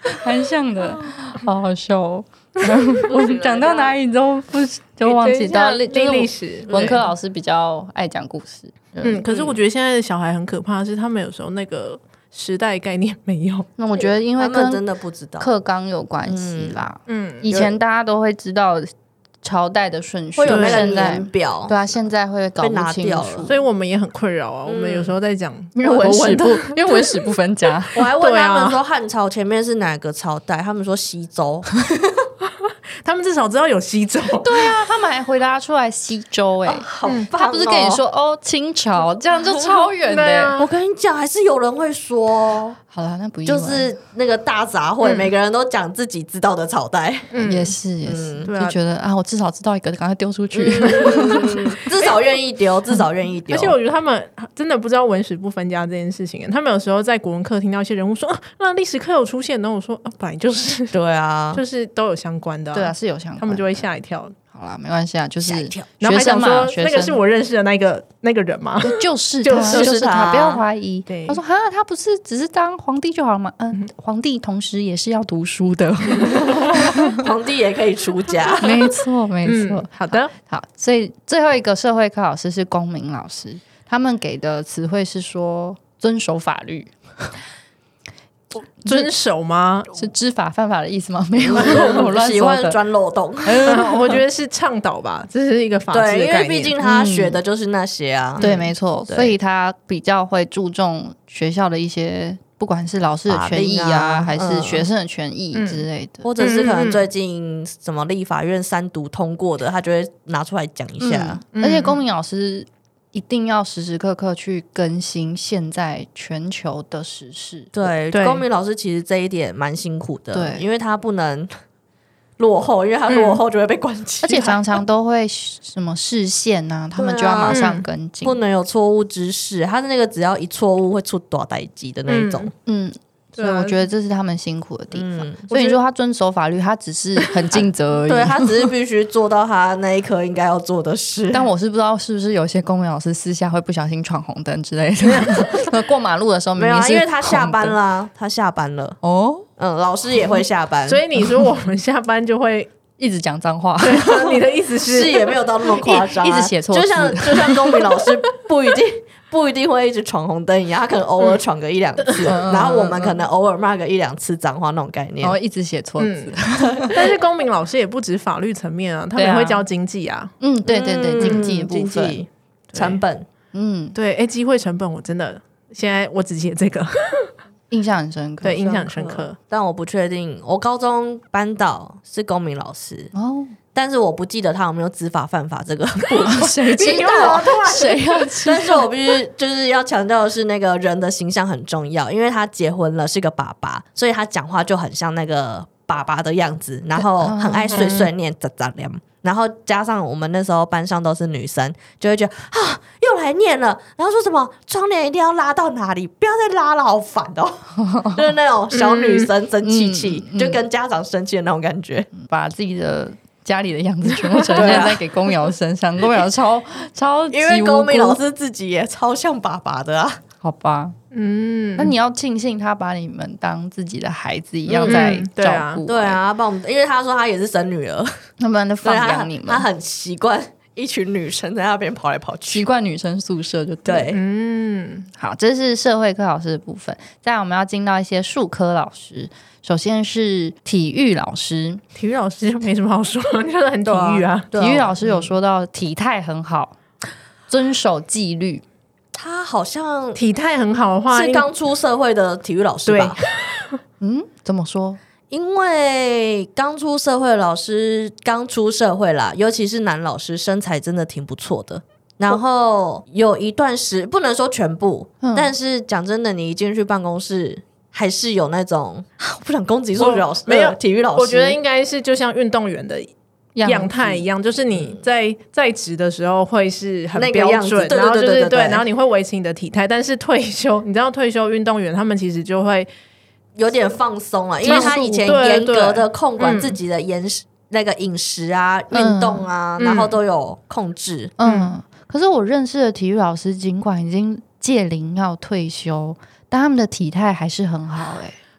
蛮像的，好好笑哦。我讲到哪里都不就忘记到历历史， 文科老师比较爱讲故事。 嗯，可是我觉得现在的小孩很可怕，是他们有时候那个时代概念没有。 那我觉得因为他们真的不知道课纲有关系啦。 嗯， 以前大家都会知道朝代的顺序， 会有那个现在年表， 对啊，现在会搞被不清拿掉了楚， 所以我们也很困扰啊。我们有时候在讲， 因为文史不，因为文史不分家。 我还问对啊他们说汉朝前面是哪个朝代，他们说西周。 他们至少知道有西周。 对啊，他们还回答出来西周哎、欸好棒哦！ 他不是跟你说哦清朝，这样就超远的、欸。 对啊我跟你讲，还是有人会说， 好了，那不意外就是那个大杂烩，每个人都讲自己知道的朝代， 嗯也是也是， 对啊就觉得啊，我至少知道一个，赶快丢出去。 至少愿意丢，至少愿意丢。 而且我觉得他们真的不知道文史不分家这件事情。他们有时候在国文课听到一些人物说啊，那历史课有出现，然后我说啊，本来就是对啊， 就是都有相关的、啊， 对啊，是有相关， 他们就会吓一跳。 好啦，没关系啊，就是吓一跳然后学生嘛， 还想说学生那个是我认识的那个那个人吗？ 就是就他是就是他， 他不要怀疑。 对他说哈，他不是只是当皇帝就好了吗？嗯，皇帝同时也是要读书的， 皇帝也可以出家。 没错没错。 嗯，好的， 好，所以最后一个社会科老师是公民老师，他们给的词汇是说遵守法律。 遵守吗？ 是知法犯法的意思吗？没有，我乱喜欢说的。 钻漏洞， 嗯我觉得是倡导吧，这是一个法治的概对， 念。 因为毕竟他学的就是那些啊。 对，没错， 对所以他比较会注重学校的一些，不管是老师的权益法令啊还是嗯学生的权益之类的。 或者是可能最近什么立法院三读通过的，他就会拿出来讲一下。 嗯而且公民老师一定要时时刻刻去更新现在全球的时事。 对， 对公民老师其实这一点蛮辛苦的， 对因为他不能落后，因为他落后就会被关起来， 而且常常都会什么视线啊，他们就要马上跟进。 不能有错误知识，他的那个只要一错误会出大代机的那一种。 嗯，所以对啊我觉得这是他们辛苦的地方。 嗯所以你说他遵守法律，他只是很尽责而已。 对他只是必须做到他那一刻应该要做的事。 但我是不知道是不是有些公民老师私下会不小心闯红灯之类的，过马路的时候明没有、啊， 明是因为他下班红灯啦，他下班了。 哦， 嗯，老师也会下班， 所以你说我们下班就会， 一直讲脏话。 对啊，你的意思是是也没有到那么夸张、啊， 一直写错字就像就像公民老师不一定不一定会一直闯红灯一样，他可能偶尔闯个一两次， 嗯然后我们可能偶尔骂个一两次脏话那种概念然。后一直写错字， 但是公民老师也不止法律层面啊，他们也对啊会教经济啊。 嗯，对对对， 嗯经济的部经分， 济成本， 嗯， 对，哎，机会成本我真的现在我只写这个， 印象很深刻。 对，印象很深刻。 但我不确定。我高中班导是公民老师， 哦， 但是我不记得他有没有知法犯法这个。 谁知你有道什么突然谁要知道？ 但是我必须就是要强调的是，那个人的形象很重要，因为他结婚了，是个爸爸，所以他讲话就很像那个爸爸的样子，然后很爱碎碎念、杂杂念。然后加上我们那时候班上都是女生，就会觉得啊，又来念了，然后说什么窗帘一定要拉到哪里，不要再拉了，好烦哦，就是那种小女生生气气， 嗯嗯就跟家长生气的那种感觉。 把自己的家里的样子全部呈现在给公苗身上，公苗超超级因为无公民老辜， 师自己也超像爸爸的啊， 好吧？ 嗯， 那你要庆幸他把你们当自己的孩子一样在嗯对照啊顾， 对，啊，帮我们，因为他说他也是生女儿， 他们的放所以他养你们他，很习惯一群女生在那边跑来跑习去。 惯女生宿舍就对了。 对， 嗯， 好，这是社会科老师的部分。再来，我们要进到一些术科老师。首先是体育老师， 体育老师就没什么好说，就是很体育啊。 对啊体育老师有说到体态很好，遵守纪律。 他好像体态很好的话， 是刚出社会的体育老师吧？ 嗯，怎么说？ 因为刚出社会的老师刚出社会啦，尤其是男老师，身材真的挺不错的。然后有一段时不能说全部， 嗯但是讲真的，你一进去办公室，还是有那种我不想攻击数学老师， 没有呃体育老师， 我觉得应该是就像运动员的样态一样，就是你在在职的时候会是很那个标样子准， 对对然后就是对对对然后你会维持你的体态，但是退休，你知道退休运动员他们其实就会有点放松了，因为他以前对严格的对控管嗯自己的饮食、那个饮食啊、 嗯运动啊， 嗯然后都有控制。 嗯，可是我认识的体育老师，尽管已经届龄要退休，但他们的体态还是很好、欸。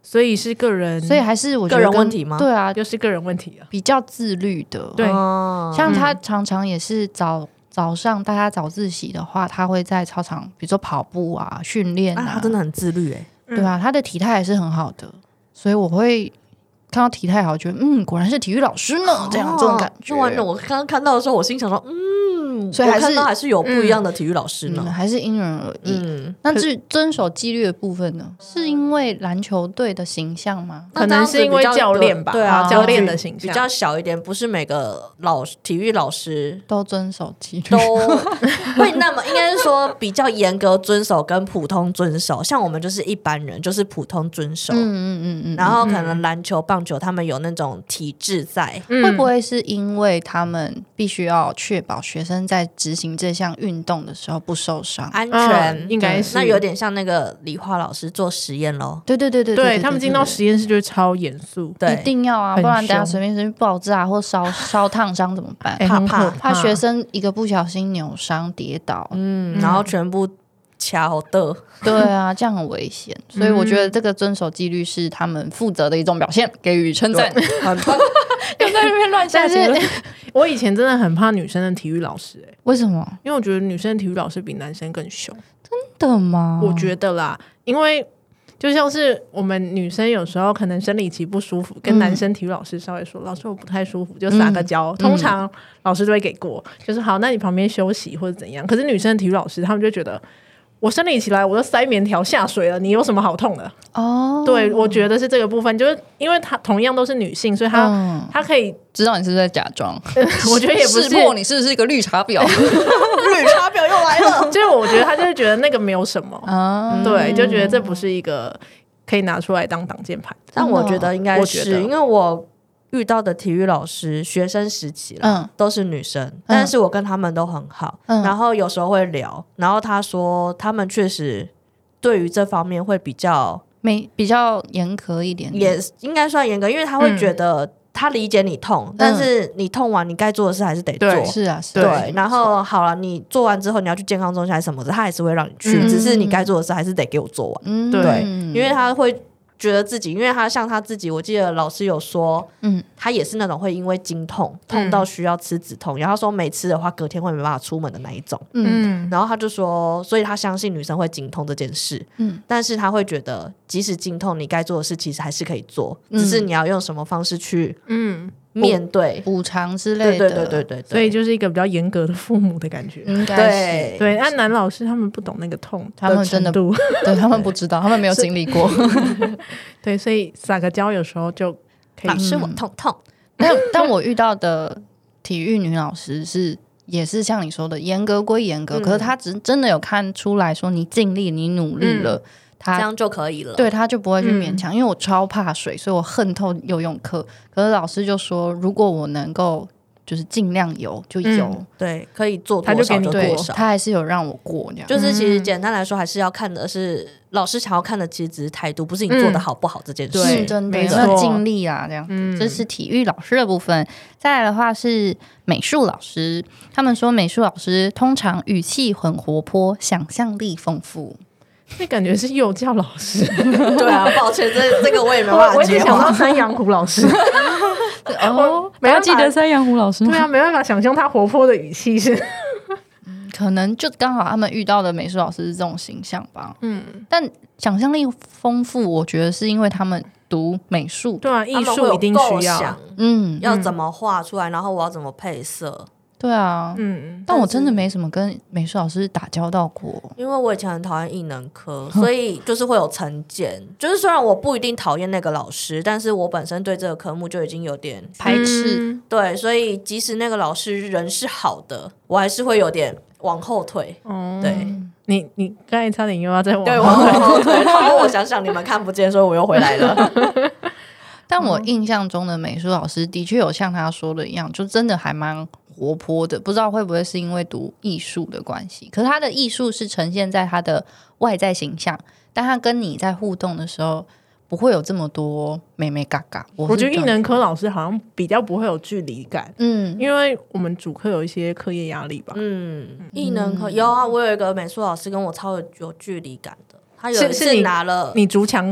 所以是个人， 所以还是我觉得个人问题吗？ 对啊， 就是个人问题了， 比较自律的。 对， 哦、 像他常常也是早、嗯、早上大家早自习的话，他会在操场，比如说跑步啊、训练啊， 啊，他真的很自律哎、 欸，对啊，他的体态也是很好的，所以我会看到体态好，觉得嗯，果然是体育老师呢，哦、这样这种感觉。 那完了，我刚刚看到的时候，我心想说，嗯， 所以还是我看到还是有不一样的体育老师呢， 嗯、还是因人而异。 嗯， 那至于遵守纪律的部分呢，是因为篮球队的形象吗？ 可能是因为教练吧， 对啊， 教练的形象比较小一点，不是每个老体育老师都遵守纪律， 都会那么，应该是说比较严格遵守跟普通遵守。像我们就是一般人，就是普通遵守。 嗯嗯嗯嗯。 然后可能篮球、棒球他们有那种体制在， 嗯、会不会是因为他们必须要确保学生在执行这项运动的时候不受伤、 安全？ 嗯、应该是。 那有点像那个理化老师做实验咯。 对对对对对, 对, 对, 对, 对, 对, 对他们进到实验室就超严肃， 对， 一定要啊，不然等下随便随便爆炸或烧烧烫伤怎么办？ 欸、 怕怕怕学生一个不小心扭伤跌倒， 嗯，然后全部敲的， 对啊，这样很危险。所以我觉得这个遵守纪律是他们负责的一种表现，给予称赞。 很棒， 又在那边乱下结论。 我以前真的很怕女生的体育老师、欸， 为什么？ 因为我觉得女生的体育老师比男生更凶。 真的吗？ 我觉得啦，因为就像是我们女生有时候可能生理期不舒服，跟男生体育老师稍微说、嗯、老师我不太舒服，就撒个娇、嗯、通常老师都会给过，就是好，那你旁边休息或者怎样。可是女生的体育老师他们就觉得我生理期来我都塞棉条下水了，你有什么好痛的？哦，对，我觉得是这个部分，就是因为她同样都是女性，所以她、嗯、她可以知道你是不是在假装我觉得也不是识破你是不是一个绿茶婊绿茶婊又来了就是我觉得她就是觉得那个没有什么、嗯、对，就觉得这不是一个可以拿出来当挡箭牌。 但我觉得应该是因为我遇到的体育老师学生时期了、嗯、都是女生、嗯、但是我跟他们都很好、嗯、然后有时候会聊，然后他说他们确实对于这方面会比较没比较严格一点点， 也应该算严格，因为他会觉得他理解你痛、嗯、但是你痛完你该做的事还是得做， 对，是啊，是啊，对，然后好了，你做完之后你要去健康中心还是什么的，他还是会让你去、嗯、只是你该做的事还是得给我做完、嗯、对，因为他会觉得自己，因为他像他自己，我记得老师有说，嗯，他也是那种会因为经痛痛到需要吃止痛药、嗯、然后说没吃的话隔天会没办法出门的那一种，嗯，然后他就说，所以他相信女生会经痛这件事，嗯，但是他会觉得即使经痛你该做的事其实还是可以做、嗯、只是你要用什么方式去嗯面对补偿之类的， 对对对对 对, 对， 所以就是一个比较严格的父母的感觉， 应该是对。按男老师他们不懂那个痛， 他们真的对他们不知道，他们没有经历过对，所以撒个娇有时候就可以， 老师我痛痛、 嗯、但, 但我遇到的体育女老师是也是像你说的严格归严格、嗯、可是她只真的有看出来说你尽力你努力了、嗯他这样就可以了， 对，他就不会去勉强、嗯、因为我超怕水，所以我恨透游泳课，可是老师就说如果我能够就是尽量游就游、嗯、 对，可以做多少就多少， 他还是有让我过这样， 就是其实简单来说还是要看的是、嗯、老师想要看的其实只是态度，不是你做的好不好这件事、 嗯、对，真的有没有尽力啊这样、嗯、这是体育老师的部分。再来的话是美术老师，他们说美术老师通常语气很活泼，想象力丰富， 那感觉是幼教老师对啊，抱歉，这这个我也没办法接话。 我一直想到三阳虎老师哦，没有记得三阳虎老师吗？ 对啊，没办法想象他活泼的语气是可能就刚好他们遇到的美术老师是这种形象吧。嗯，但想象力丰富我觉得是因为他们读美术， 对啊，艺术一定需要嗯，要怎么画出来，然后我要怎么配色， 对啊，嗯，但我真的没什么跟美术老师打交道过， 因为我以前很讨厌艺能科，所以就是会有成见就是虽然我不一定讨厌那个老师，但是我本身对这个科目就已经有点排斥、嗯、 对，所以即使那个老师人是好的，我还是会有点往后退、嗯、对， 你你刚才差点又要再往后退， 对，往后退然后我想想你们看不见，所以我又回来了但我印象中的美术老师的确有像他说的一样，就真的还蛮活泼的，不知道会不会是因为读艺术的关系，可是他的艺术是呈现在他的外在形象，但他跟你在互动的时候不会有这么多美美嘎嘎。 我, 我觉得艺能科老师好像比较不会有距离感，嗯，因为我们主课有一些课业压力吧， 嗯，艺能科有啊，我有一个美术老师跟我超有有距离感的，他有一次拿了你竹墙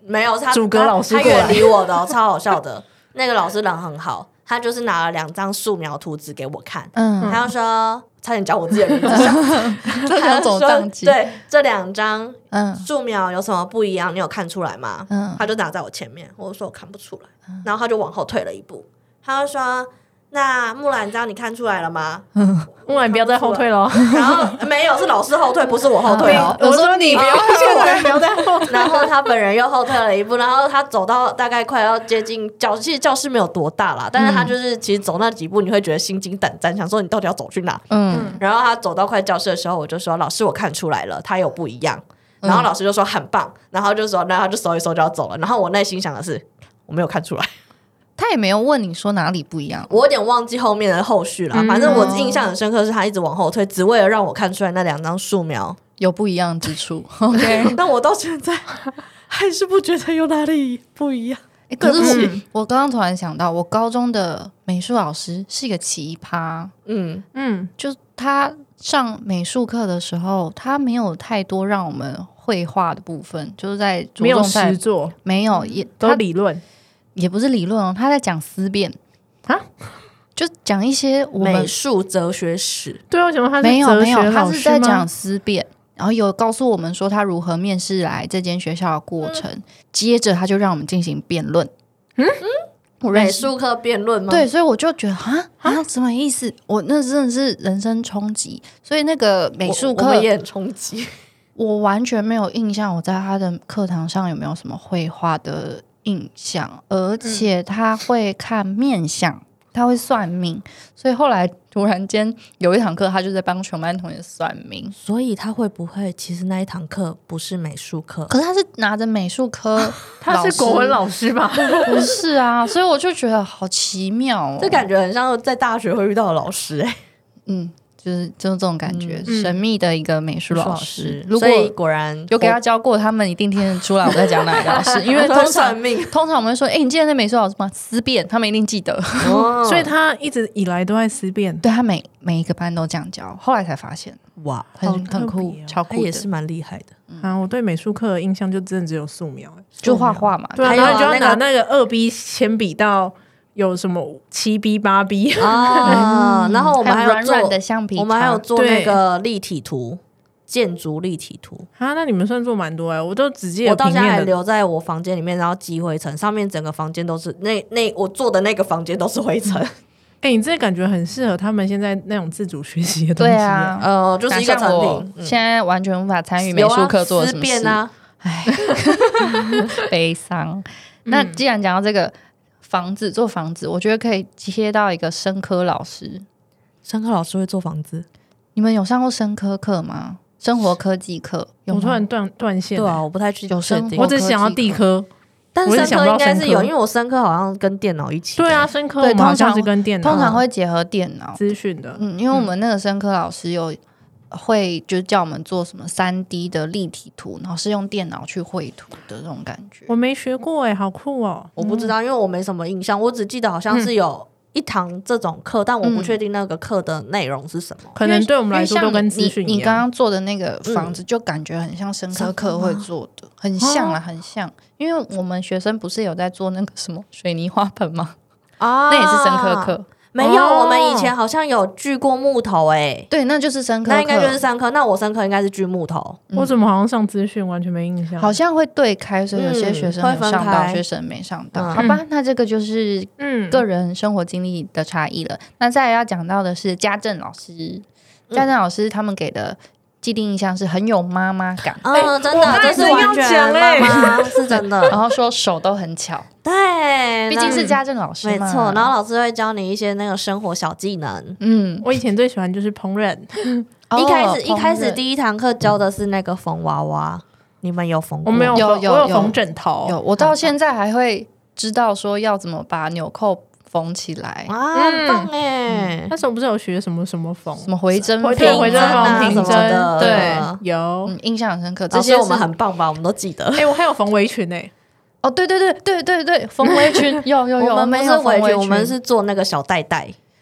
没有他阻隔老师他过来远离我的、哦，超好笑的。那个老师人很好，他就是拿了两张素描图纸给我看， 嗯， 他就说差点讲我自己的名字， 这两种宕机， 对，这两张嗯素描有什么不一样？你有看出来吗？ 嗯他就拿在我前面，我就说我看不出来，然后他就往后退了一步，他就说。那木兰章你看出来了吗？ 木兰不要再后退了。 然后没有，是老师后退，不是我后退哦。 我说你不要现在不要再后退。 然后他本人又后退了一步，然后他走到大概快要接近教，其实教室没有多大啦，但是他就是其实走那几步，你会觉得心惊胆战，想说你到底要走去哪？ 嗯， 然后他走到快教室的时候，我就说老师我看出来了，他有不一样。然后老师就说很棒，然后就说然后他就收一收就要走了。然后我内心想的是我没有看出来。 他也没有问你说哪里不一样， 我有点忘记后面的后续了。 嗯、 反正我印象很深刻，是他一直往后退，只为了让我看出来那两张素描有不一样之处。OK， 但我到现在还是不觉得有哪里不一样。 欸、可是我我刚刚突然想到，我高中的美术老师是一个奇葩。 嗯嗯， 就他上美术课的时候，他没有太多让我们绘画的部分，就是在着重在没有实作， 没有也都理论。 也不是理论哦，他在讲思辨啊， 就讲一些我们美术哲学史。 对，为什么他是没有哲学没有，他老师吗是在讲思辨，然后有告诉我们说他如何面试来这间学校的过程，嗯、接着他就让我们进行辩论。 嗯嗯，美术课辩论吗？ 对，所以我就觉得啊啊，什么意思？我那真的是人生冲击。所以那个美术课也很冲击， 我完全没有印象，我在他的课堂上有没有什么绘画的印象，而且他会看面相，嗯、他会算命，所以后来突然间有一堂课，他就在帮全班同学算命。 所以他会不会其实那一堂课不是美术课？ 可是他是拿着美术科， 他是国文老师吧？ 不是啊，所以我就觉得好奇妙哦， 这感觉很像在大学会遇到的老师哎、欸， 嗯。就是就是这种感觉， 嗯、 神秘的一个美术老师。 如果果然有给他教过，他们一定听得出来我在讲哪一个老师，因为通常通常我们会说，哎、欸，你记得那美术老师吗？思辨，他们一定记得。 哦、所以他一直以来都在思辨。 对他每每一个班都这样教，后来才发现， 哇， 很很酷，超酷的， 他也是蛮厉害的。 嗯、啊，我对美术课的印象就真的只有素描， 就画画嘛。 对啊，然后你就要拿那个二 B 铅笔到。有什么七 B 八 B 啊？然后我们还有软软的橡皮， 我们还有做那个立体图，建筑立体图啊。那你们算做蛮多哎，我都只记得我到现在还留在我房间里面，然后积灰尘，上面整个房间都是那那我做的那个房间都是灰尘。 哎、欸，你这感觉很适合他们现在那种自主学习的东西。 对啊， 呃，就是一个成品。 嗯、现在完全无法参与美术课做什么事啊， 哎，悲伤。那既然讲到这个。房子做房子，我觉得可以切到一个生科老师。 生科老师会做房子？ 你们有上过生科课吗？生活科技课？ 我突然断断线。 对啊，我不太去有生活， 我只想要地科， 但是生科应该是有，因为我生科好像跟电脑一起。 对啊，生科我们好像是跟电脑， 通常会结合电脑资讯的。 嗯，因为我们那个生科老师有。会就叫我们做什么 三 D 的立体图，然后是用电脑去绘图的这种感觉。 我没学过哎、欸，好酷哦！ 我不知道，因为我没什么印象，我只记得好像是有一堂这种课，嗯、但我不确定那个课的内容是什么。 可能对我们来说都跟资讯一样。 你刚刚做的那个房子，就感觉很像生科课会做的，嗯、很像啊，很像。因为我们学生不是有在做那个什么水泥花盆吗？啊，那也是生科课。 没有、哦，我们以前好像有锯过木头哎、欸， 对，那就是生科课， 那应该就是生科。那我生科应该是锯木头， 嗯、我怎么好像上资讯完全没印象？ 好像会对开，所以有些学生有上到，嗯、学生没上到。嗯、好吧，那这个就是个人生活经历的差异了。嗯、那再来要讲到的是家政老师，家政老师他们给的既定印象是很有妈妈感， 嗯、欸，真的，这是完全妈妈是真的。 然后说手都很巧， 对， 毕竟是家政老师嘛， 没错。然后老师会教你一些那个生活小技能。 嗯，我以前最喜欢就是烹饪， 一开始一开始第一堂课教的是那个缝娃娃，你们有缝过？ 我没有， 有有我有缝枕头， 有。我到现在还会知道说要怎么把纽扣缝起来啊，很棒哎！ 那时候不是有学什么什么缝， 什么回针缝、 回针缝、平针的， 对，有， 嗯，印象很深刻。 这些我们很棒吧？我们都记得。 哎，我还有缝围裙哎。 哦，对对对对对对，缝围裙有有有， 我们不是围裙，我们是做那个小袋袋。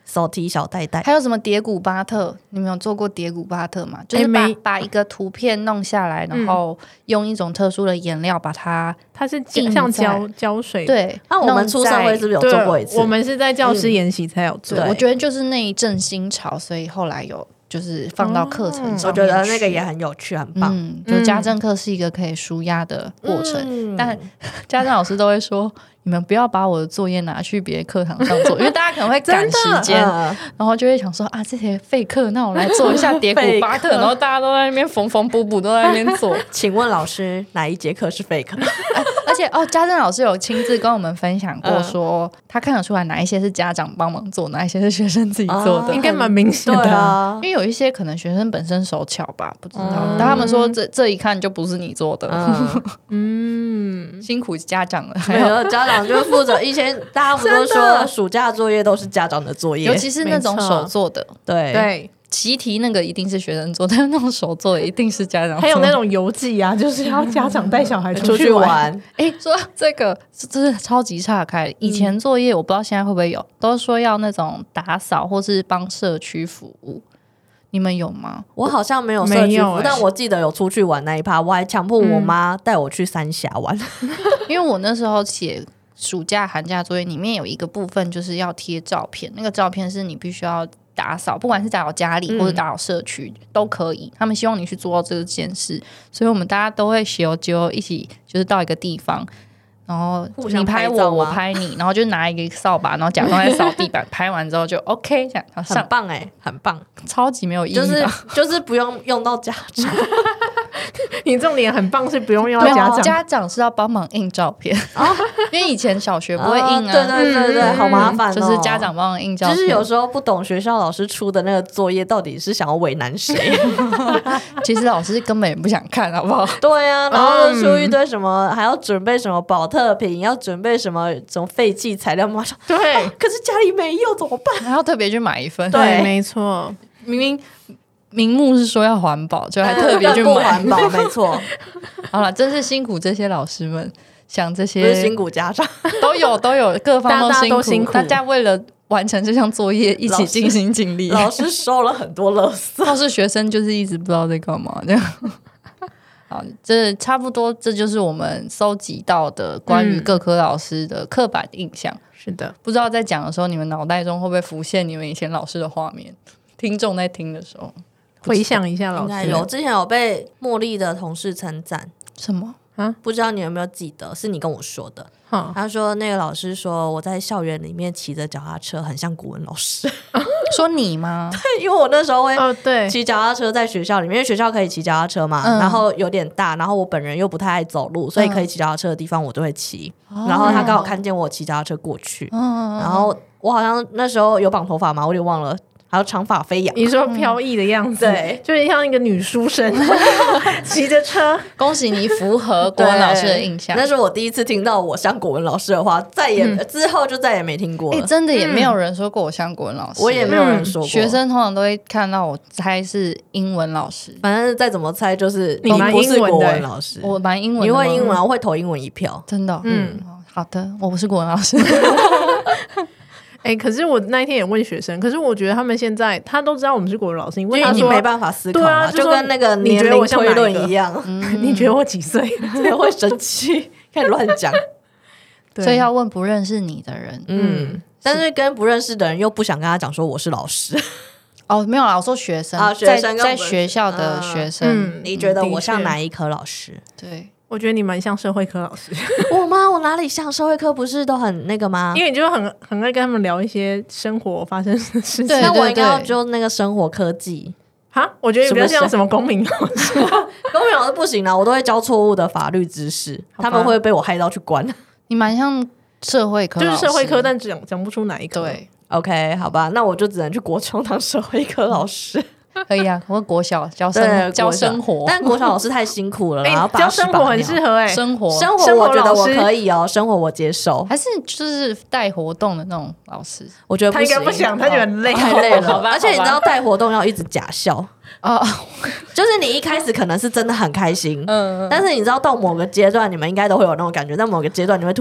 手提小袋袋。 还有什么叠古巴特？你们有做过叠古巴特吗？就是把、 欸、 把一个图片弄下来，然后用一种特殊的颜料把它， 它是像胶胶水。 对， 那、啊、我们出社会是不是有做过一次？ 我们是在教师研习才有做。 对，我觉得就是那一阵新潮，所以后来有就是放到课程上面、哦、 我觉得那个也很有趣，很棒。 嗯，就家政课是一个可以抒压的过程，嗯、但家政老师都会说。你们不要把我的作业拿去别的课堂上做，因为大家可能会赶时间，嗯、然后就会想说啊，这些废课，那我来做一下叠古巴特，然后大家都在那边缝缝补补，都在那边做。 请问老师，哪一节课是废课？ 而且哦，家政老师有亲自跟我们分享过说，说、嗯、他看得出来哪一些是家长帮忙做，哪一些是学生自己做的， 啊、应该蛮明显的、 啊。 因为有一些可能学生本身手巧吧，不知道，嗯、但他们说这这一看就不是你做的。嗯，嗯辛苦家长了。 没有家长就负责一些，大家不都说暑假作业都是家长的作业， 尤其是那种手做的， 对对。 习题那个一定是学生做，但是那种手做的一定是家长做。 还有那种邮寄啊，就是要家长带小孩出去玩。 哎、欸，说这个真是超级岔开。以前作业我不知道现在会不会有，都说要那种打扫或是帮社区服务。你们有吗？ 我好像没有社区服务，欸、但我记得有出去玩那一趴，我还强迫我妈带我去三峡玩， 嗯、因为我那时候写暑假寒假作业里面有一个部分就是要贴照片，那个照片是你必须要打扫，不管是打扫家里或者打扫社区、嗯、都可以，他们希望你去做到这件事，所以我们大家都会揪揪一起，就是到一个地方，然后你拍我我拍你，然后就拿一个扫把，然后假装在扫地板拍完之后就 OK， 这样很棒哎、欸，很棒， 超级没有意义， 就是就是不用用到家长。 你重点很棒，是不用用到家长， 家长是要帮忙印照片、哦、因为以前小学不会印啊， 哦、对对对对、嗯，好麻烦、哦， 就是家长帮忙印照片， 就是有时候不懂学校老师出的那个作业到底是想要为难谁。 其实老师根本也不想看，好不好？ 对啊，然后就出一堆什么、嗯、还要准备什么保特瓶，要准备什么什么废弃材料，马上对、 哦，可是家里没有怎么办？ 还要特别去买一份， 对，没错， 明明名目是说要环保，就还特别去买环保，没错。 好了，真是辛苦这些老师们，想这些不是辛苦家长， 都有都有，各方都辛苦，大家都辛苦，大家为了完成这项作业一起尽心尽力。 老师收了很多垃圾， 倒是学生就是一直不知道在干嘛这样。好，这差不多，这就是我们搜集到的关于各科老师的刻板印象。 嗯、是的， 不知道在讲的时候，你们脑袋中会不会浮现你们以前老师的画面？听众在听的时候。 回想一下老师， 有之前有被茉莉的同事称赞什么啊？ 不知道你有没有记得？是你跟我说的。他说那个老师说我在校园里面骑着脚踏车很像国文老师。 说你吗？ 对，因为我那时候会骑脚踏车在学校里面，因为学校可以骑脚踏车嘛、嗯，然后有点大，然后我本人又不太爱走路，所以可以骑脚踏车的地方我都会骑、嗯。然后他刚好看见我骑脚踏车过去、嗯，然后我好像那时候有绑头发嘛，我有点忘了。还有长发飞扬， 你说飘逸的样子， 对， 就是像一个女书生骑着车。 恭喜你符合国文老师的印象。 那是我第一次听到我像国文老师的话，再也、嗯、之后就再也没听过了。 欸、真的也没有人说过我像国文老师， 我也没有人说过。 学生通常都会看到我猜是英文老师， 反正再怎么猜就是你不是国文老师。 我蛮英文的， 你会英文，我会投英文一票， 真的。嗯，嗯好的，我不是国文老师。 哎、欸，可是我那一天也问学生，可是我觉得他们现在他都知道我们是国文老师，因为他说你没办法思考、 啊， 就跟那个年龄推论一样。 嗯、你觉得我几岁？ 对，会生气，开始乱讲。 所以要问不认识你的人， 嗯，嗯但是跟不认识的人又不想跟他讲说我是老师。 哦，没有啦，我说学生啊，学生在在学校的学生、 嗯，你觉得我像哪一科老师？ 对。 我觉得你蛮像社会科老师。 我吗？我哪里像？社会科不是都很那个吗？ 因为你就很很爱跟他们聊一些生活发生的事情。 对， 那我应该要就那个生活科技。 哈，我觉得你比较像什么公民老师。 公民老师不行啦，我都会教错误的法律知识，他们会被我害到去关。 你蛮像社会科老师， 就是社会科，但讲讲不出哪一科。 对 ，OK， 好吧，那我就只能去国中当社会科老师。 可以啊，我国小教生教生活， 但国小老师太辛苦了， 欸、 然后教生活很适合哎、欸， 生活生活我觉得我可以哦，生活我接受， 还是就是带活动的那种老师， 我觉得不他应该不想，他觉得很累， 太累了，而且你知道带活动要一直假笑哦， 就是你一开始可能是真的很开心，嗯，但是你知道到某个阶段，你们应该都会有那种感觉，在某个阶段你会突然。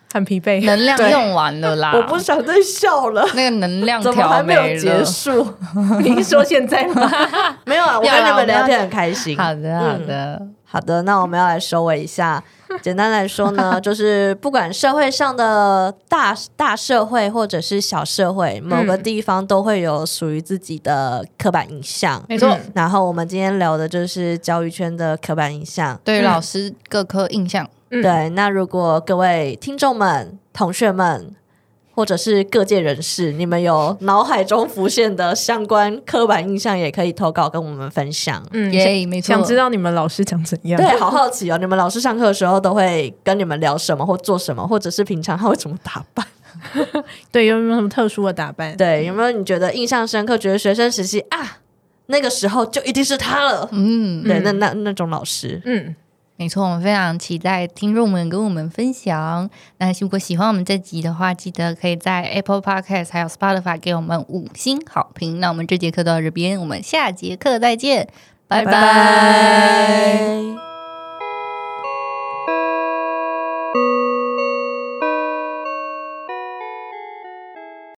很疲惫， 能量用完了啦。 我不想再笑了， 那个能量怎么还没有结束？ 你说现在吗？ 没有啊，我跟你们聊天很开心。 好的，好的。 嗯好的，那我们要来收尾一下。简单来说呢，就是不管社会上的大大社会或者是小社会，某个地方都会有属于自己的刻板印象。 没错。 然后我们今天聊的就是教育圈的刻板印象， 对于老师各科印象。 嗯、对，那如果各位听众们、同学们，或者是各界人士，你们有脑海中浮现的相关刻板印象，也可以投稿跟我们分享。 嗯， 耶，没错。 想知道你们老师长怎样？ 对，好好奇哦。你们老师上课的时候都会跟你们聊什么，或做什么，或者是平常他会怎么打扮？ 对，有没有什么特殊的打扮？ 对，有没有你觉得印象深刻？觉得学生时期啊，那个时候就一定是他了。嗯，对，那那那种老师， 嗯。 没错，我们非常期待听众们跟我们分享。那如果喜欢我们这集的话，记得可以在 Apple Podcast 还有 Spotify 给我们五星好评。那我们这节课到这边，我们下节课再见，拜拜。 拜拜。